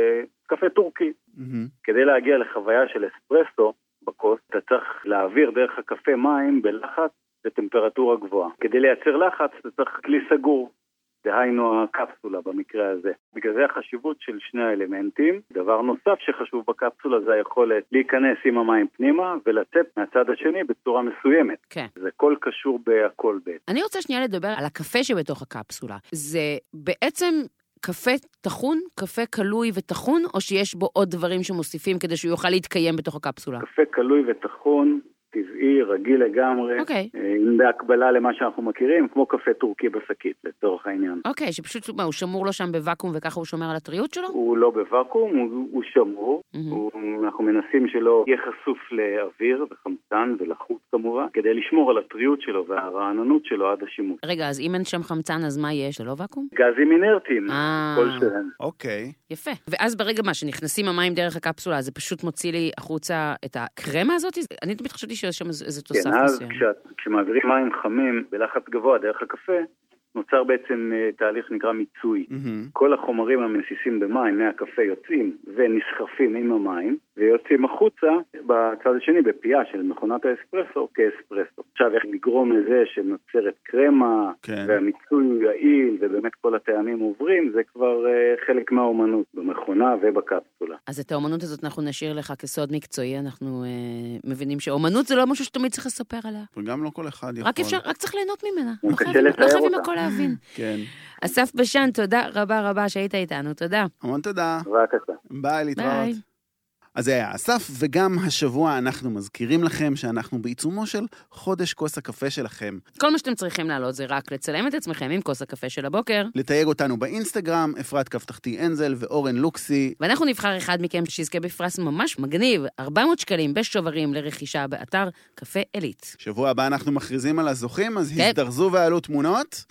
קפה טורקי. מהמם. כדי להגיע לחוויה של אספרסו בכוס, אתה צריך להעביר דרך הקפה מים בלחץ לטמפרטורה גבוהה. כדי לייצר לחץ, אתה צריך כלי סגור. דהיינו הקפסולה במקרה הזה. בגלל זה החשיבות של שני האלמנטים. דבר נוסף שחשוב בקפסולה זה היכולת להיכנס עם המים פנימה ולצאת מהצד השני בצורה מסוימת. כן. זה כל קשור בהכל בית. אני רוצה שנייה לדבר על הקפה שבתוך הקפסולה. זה בעצם קפה תחון, קפה קלוי ותחון, או שיש בו עוד דברים שמוסיפים כדי שהוא יוכל להתקיים בתוך הקפסולה? קפה קלוי ותחון, טבעי, רגיל לגמרי, אוקיי. עם בהקבלה למה שאנחנו מכירים, כמו קפה טורקי בשקית, לצורך העניין. אוקיי, שפשוט מה, הוא שמור לו שם בוואקום וככה הוא שומר על הטריות שלו? הוא לא בוואקום, הוא, הוא שמור. Mhm. הוא, אנחנו מנסים שלא יהיה חשוף לאוויר וחמצן ולחוץ כמובן, כדי לשמור על הטריות שלו והרעננות שלו עד השימוש. רגע, אז אם אין שם חמצן, אז מה יש? זה לא ואקום? גזים אינרטיים, אה. כל שלהם. אוקיי. יפה. ואז ברגע מה, שנכנסים המים דרך הקפסולה, זה פשוט מוציא לי החוצה את הקרמה הזאת? אני תמיד חשבתי שיש שם איזה תוסף כן, אז מסוים. כשאת- כשמעבירים מים חמים בלחץ גבוה דרך הקפה, נוצר בעצם אה, תהליך נקרא מיצוי. מהמם. כל החומרים המסיסים במים מהקפה יוצאים ונסחפים עם המים, ויוצאים החוצה בצד השני בפייה של מכונת האספרסו כאספרסו. עכשיו איך לגרום לזה שנוצרת קרמה, כן. והמיצוי הוא יעיל, ובאמת כל הטעמים עוברים, זה כבר אה, חלק מהאומנות במכונה ובקפסולה. אז את האומנות הזאת אנחנו נשאיר לך כסוד מקצועי, אנחנו אה, מבינים שאומנות זה לא משהו שתמיד צריך לספר עליה. וגם לא כל אחד יכול. רק אפשר, רק צריך ליהנות ממנה. הוא לא קשה חייבים- לא לתאר חייבים אותה. הכל להבין. כן. אסף בשן, תודה רבה רבה שהיית איתנו, תודה. המון תודה. בבקשה. ביי, להתראות. ביי. אז זה היה אסף, וגם השבוע אנחנו מזכירים לכם שאנחנו בעיצומו של חודש כוס הקפה שלכם. כל מה שאתם צריכים לעלות זה רק לצלם את עצמכם עם כוס הקפה של הבוקר, לתייג אותנו באינסטגרם, אפרת כף תחתי אנזל ואורן לוקסי. ואנחנו נבחר אחד מכם שיזכה בפרס ממש מגניב, ארבע מאות שקלים בשוברים לרכישה באתר קפה אלית. שבוע הבא אנחנו מכריזים על הזוכים, אז כן. הזדרזו ועלו תמונות,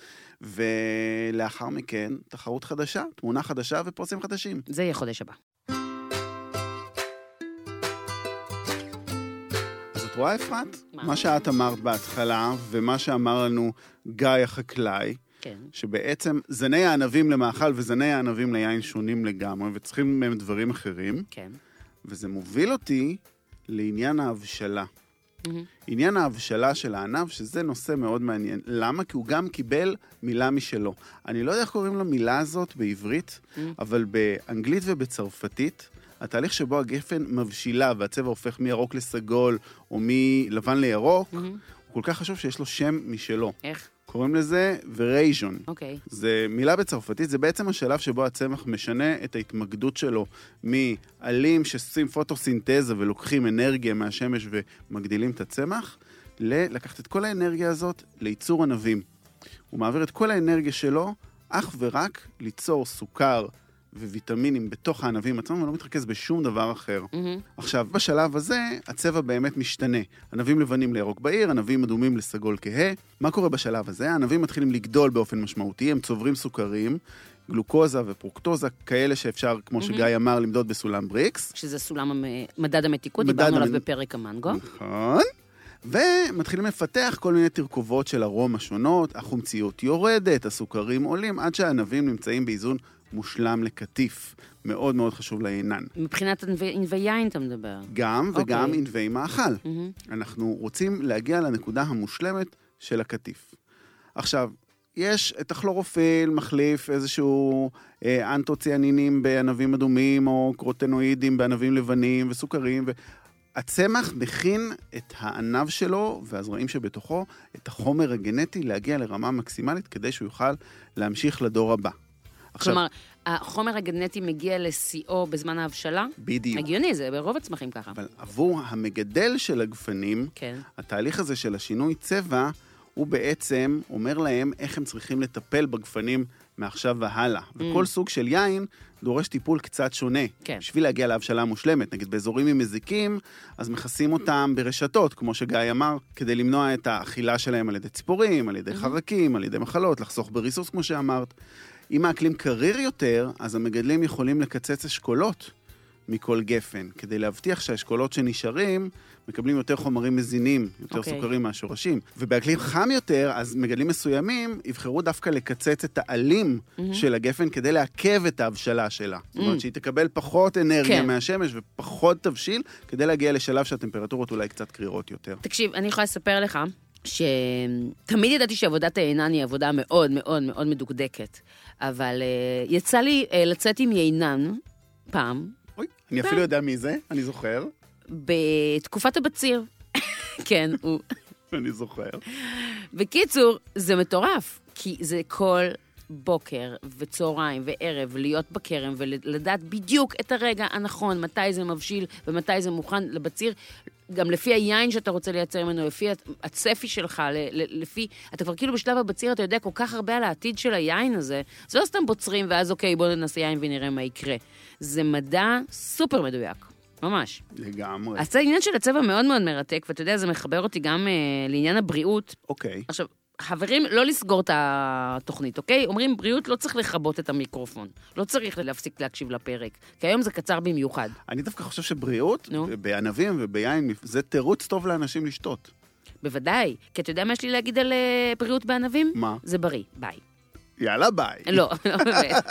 ולאחר מכן תחרות חדשה, תמונה חדשה ופרסים חדשים. זה יהיה חודש הבא. אז את רואה, אפרת? מה? מה שאת אמרת בהתחלה, ומה שאמר לנו גיא החקלאי, כן. שבעצם זני הענבים למאכל וזני הענבים ליין שונים לגמרי, וצריכים מהם דברים אחרים, כן. וזה מוביל אותי לעניין ההבשלה. מהמם. עניין ההבשלה של הענב, שזה נושא מאוד מעניין. למה? כי הוא גם קיבל מילה משלו. אני לא יודע איך קוראים למילה הזאת בעברית, אבל באנגלית ובצרפתית, התהליך שבו הגפן מבשילה והצבע הופך מירוק לסגול או מלבן לירוק, מהמם. הוא כל כך חשוב שיש לו שם משלו. איך? קוראים לזה ורייז'ון. אוקיי. זה מילה בצרפתית, זה בעצם השלב שבו הצמח משנה את ההתמקדות שלו מעלים שעושים פוטוסינתזה ולוקחים אנרגיה מהשמש ומגדילים את הצמח, לקחת את כל האנרגיה הזאת לייצור ענבים. הוא מעביר את כל האנרגיה שלו אך ורק ליצור סוכר וויטמינים בתוך הענבים עצמם, ולא מתרכז בשום דבר אחר. מהמם. עכשיו, בשלב הזה, הצבע באמת משתנה. ענבים לבנים לירוק בהיר, ענבים אדומים לסגול כהה. מה קורה בשלב הזה? הענבים מתחילים לגדול באופן משמעותי, הם צוברים סוכרים, גלוקוזה ופרוקטוזה, כאלה שאפשר, כמו שגיא אמר, למדוד בסולם בריקס. שזה סולם המ- מדד המתיקות, מדד דיברנו עליו המ- בפרק המנגו. נכון. ומתחילים לפתח כל מיני תרכובות של ארומה שונות, החומציות יורדת, הסוכרים עולים, עד שהענבים נמצאים באיזון מושלם לקטיף. מאוד מאוד חשוב לעינן. מבחינת ענבי ענבי יין אתה מדבר. גם וגם אוקיי. ענבי מאכל. מהמם. אנחנו רוצים להגיע לנקודה המושלמת של הקטיף. עכשיו, יש את הכלורופיל, מחליף איזשהו אה, אנטוציאנינים בענבים אדומים, או קרוטנואידים בענבים לבנים וסוכרים, והצמח מכין את הענב שלו והזרעים שבתוכו, את החומר הגנטי להגיע לרמה מקסימלית, כדי שהוא יוכל להמשיך לדור הבא. עכשיו, כלומר, החומר הגנטי מגיע לשיאו בזמן ההבשלה? בדיוק. הגיוני, זה ברוב הצמחים ככה. אבל עבור המגדל של הגפנים, כן. התהליך הזה של השינוי צבע, הוא בעצם אומר להם איך הם צריכים לטפל בגפנים מעכשיו והלאה. וכל סוג של יין דורש טיפול קצת שונה. כן. בשביל להגיע להבשלה המושלמת. נגיד באזורים עם מזיקים, אז מכסים אותם ברשתות, כמו שגיא אמר, כדי למנוע את האכילה שלהם על ידי ציפורים, על ידי חרקים, על ידי מחלות, לחסוך בריסוס, כמו שאמרת. אם האקלים קריר יותר, אז המגדלים יכולים לקצץ אשכולות מכל גפן, כדי להבטיח שהאשכולות שנשארים מקבלים יותר חומרים מזינים, יותר אוקיי. סוכרים מהשורשים. ובאקלים חם יותר, אז מגדלים מסוימים יבחרו דווקא לקצץ את העלים של הגפן כדי לעכב את ההבשלה שלה. זאת אומרת שהיא תקבל פחות אנרגיה כן. מהשמש ופחות תבשיל, כדי להגיע לשלב שהטמפרטורות אולי קצת קרירות יותר. תקשיב, אני יכולה לספר לך שתמיד ידעתי שעבודת העינן היא עבודה מאוד מאוד מאוד מדוקדקת, אבל uh, יצא לי uh, לצאת עם יינן פעם. אוי, אני אפילו יודע מי זה, אני זוכר. בתקופת הבציר. כן, הוא... אני זוכר. בקיצור, זה מטורף, כי זה כל בוקר וצהריים וערב להיות בכרם ולדעת בדיוק את הרגע הנכון, מתי זה מבשיל ומתי זה מוכן לבציר, גם לפי היין שאתה רוצה לייצר ממנו, לפי הצפי שלך, לפי, אתה כבר כאילו בשלב הבציר, אתה יודע כל כך הרבה על העתיד של היין הזה, זה לא סתם בוצרים ואז אוקיי, בוא ננסה יין ונראה מה יקרה. זה מדע סופר מדויק. ממש. לגמרי. אז זה העניין של הצבע מאוד מאוד מרתק, ואתה יודע, זה מחבר אותי גם uh, לעניין הבריאות. אוקיי. עכשיו, חברים, לא לסגור את התוכנית, אוקיי? אומרים, בריאות לא צריך לכבות את המיקרופון. לא צריך להפסיק להקשיב לפרק, כי היום זה קצר במיוחד. אני דווקא חושב שבריאות, נו. בענבים וביין, זה תירוץ טוב לאנשים לשתות. בוודאי. כי אתה יודע מה יש לי להגיד על uh, בריאות בענבים? מה? זה בריא. ביי. יאללה, ביי. לא, לא באמת.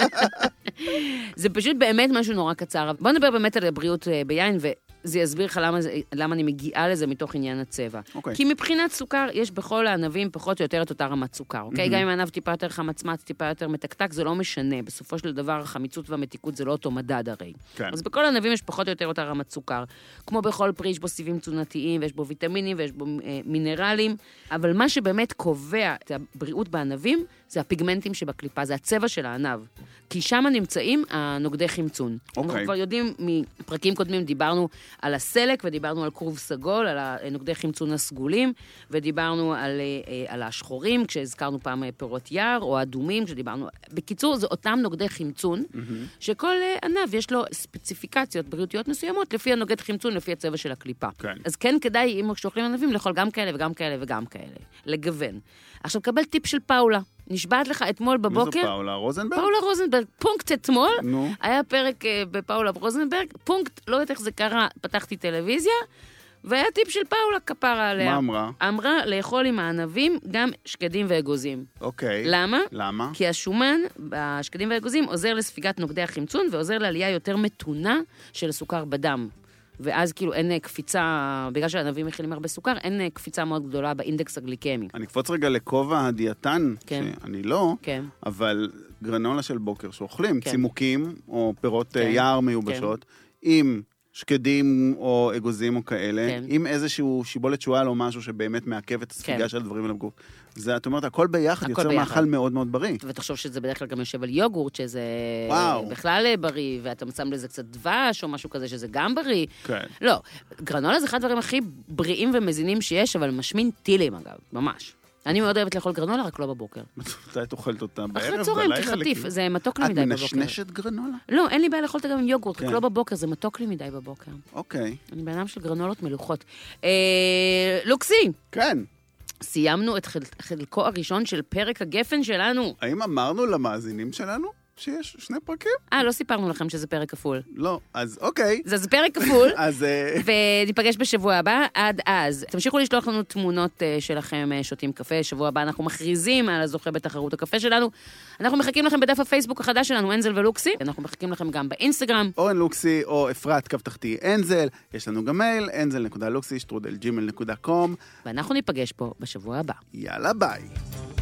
זה פשוט באמת משהו נורא קצר. בוא נדבר באמת על הבריאות ביין, וזה יסביר לך למה, למה אני מגיעה לזה מתוך עניין הצבע. אוקיי. כי מבחינת סוכר, יש בכל הענבים פחות או יותר את אותה רמת סוכר, אוקיי? גם אם הענב טיפה יותר חמצמץ, טיפה יותר מתקתק, זה לא משנה. בסופו של דבר, החמיצות והמתיקות זה לא אותו מדד הרי. כן. אז בכל הענבים יש פחות או יותר אותה רמת סוכר. כמו בכל פרי, יש בו סיבים תזונתיים, ויש בו ויטמינים, ויש בו אה, מינרלים, אבל מה שבאמת קובע את הבריאות בענבים, זה הפיגמנטים שבקליפה, זה הצבע של הענב. כי שם נמצאים הנוגדי חמצון. אוקיי. אנחנו כבר יודעים, מפרקים קודמים דיברנו על הסלק, ודיברנו על כרוב סגול, על הנוגדי חמצון הסגולים, ודיברנו על, על השחורים, כשהזכרנו פעם פירות יער, או אדומים, כשדיברנו... בקיצור, זה אותם נוגדי חמצון, mm-hmm. שכל ענב יש לו ספציפיקציות בריאותיות מסוימות, לפי הנוגד חמצון, לפי הצבע של הקליפה. כן. אז כן כדאי, אם שאוכלים ענבים, לאכול גם כאלה וגם כאלה וגם כאלה. לגוון. עכשיו, קבל טיפ של פאולה. נשבעת לך אתמול בבוקר. מי זו פאולה רוזנברג? פאולה רוזנברג, פונקט אתמול. נו. היה פרק uh, בפאולה רוזנברג, פונקט, לא יודעת איך זה קרה, פתחתי טלוויזיה, והיה טיפ של פאולה כפרה עליה. מה אמרה? אמרה לאכול עם הענבים גם שקדים ואגוזים. אוקיי. למה? למה? כי השומן בשקדים ואגוזים עוזר לספיגת נוגדי החמצון, ועוזר לעלייה יותר מתונה של סוכר בדם. ואז כאילו אין קפיצה, בגלל שהענבים מכילים הרבה סוכר, אין קפיצה מאוד גדולה באינדקס הגליקמי. אני קפוץ רגע לכובע הדיאטן, כן. שאני לא, כן. אבל גרנולה של בוקר שאוכלים, כן. צימוקים או פירות כן. יער מיובשות, כן. עם שקדים או אגוזים או כאלה, כן. עם איזשהו שיבולת שועל או משהו שבאמת מעכב את הספיגה כן. של הדברים על הגוף. זה, את אומרת, הכל ביחד הכל יוצר ביחד. מאכל מאוד מאוד בריא. ותחשוב שזה בדרך כלל גם יושב על יוגורט, שזה וואו. בכלל בריא, ואתה שם לזה קצת דבש או משהו כזה, שזה גם בריא. כן. לא, גרנולה זה אחד הדברים הכי בריאים ומזינים שיש, אבל משמין טילים אגב, ממש. אני מאוד אוהבת לאכול גרנולה, רק לא בבוקר. מתי את אוכלת אותה? בערב, אחרי צהריים, בלילה? כחטיף, לכאילו? זה מתוק לי מדי את בבוקר. מנשנשת גרנולה? לא, אין לי בעיה לאכול אותה גם עם יוגורט, רק כן. לא בבוקר, זה מתוק לי מדי בבוקר. אוקיי. אני בן אדם של גרנולות מלוכות. אה, לוקסי, כן. סיימנו את חל... חלקו הראשון של פרק הגפן שלנו. האם אמרנו למאזינים שלנו שיש שני פרקים? אה, לא סיפרנו לכם שזה פרק כפול. לא, אז אוקיי. זה, זה פרק כפול. אז... אה, וניפגש בשבוע הבא. עד אז, תמשיכו לשלוח לנו תמונות uh, שלכם uh, שותים קפה. שבוע הבא אנחנו מכריזים על הזוכה בתחרות הקפה שלנו. אנחנו מחכים לכם בדף הפייסבוק החדש שלנו, אנזל ולוקסי. אנחנו מחכים לכם גם באינסטגרם. אורן לוקסי או אפרת קו תחתי אנזל. יש לנו גם מייל, אנזל נקודה לוקסי שטרודל ג'ימל נקודה קום. ואנחנו ניפגש פה בשבוע הבא. יאללה ביי.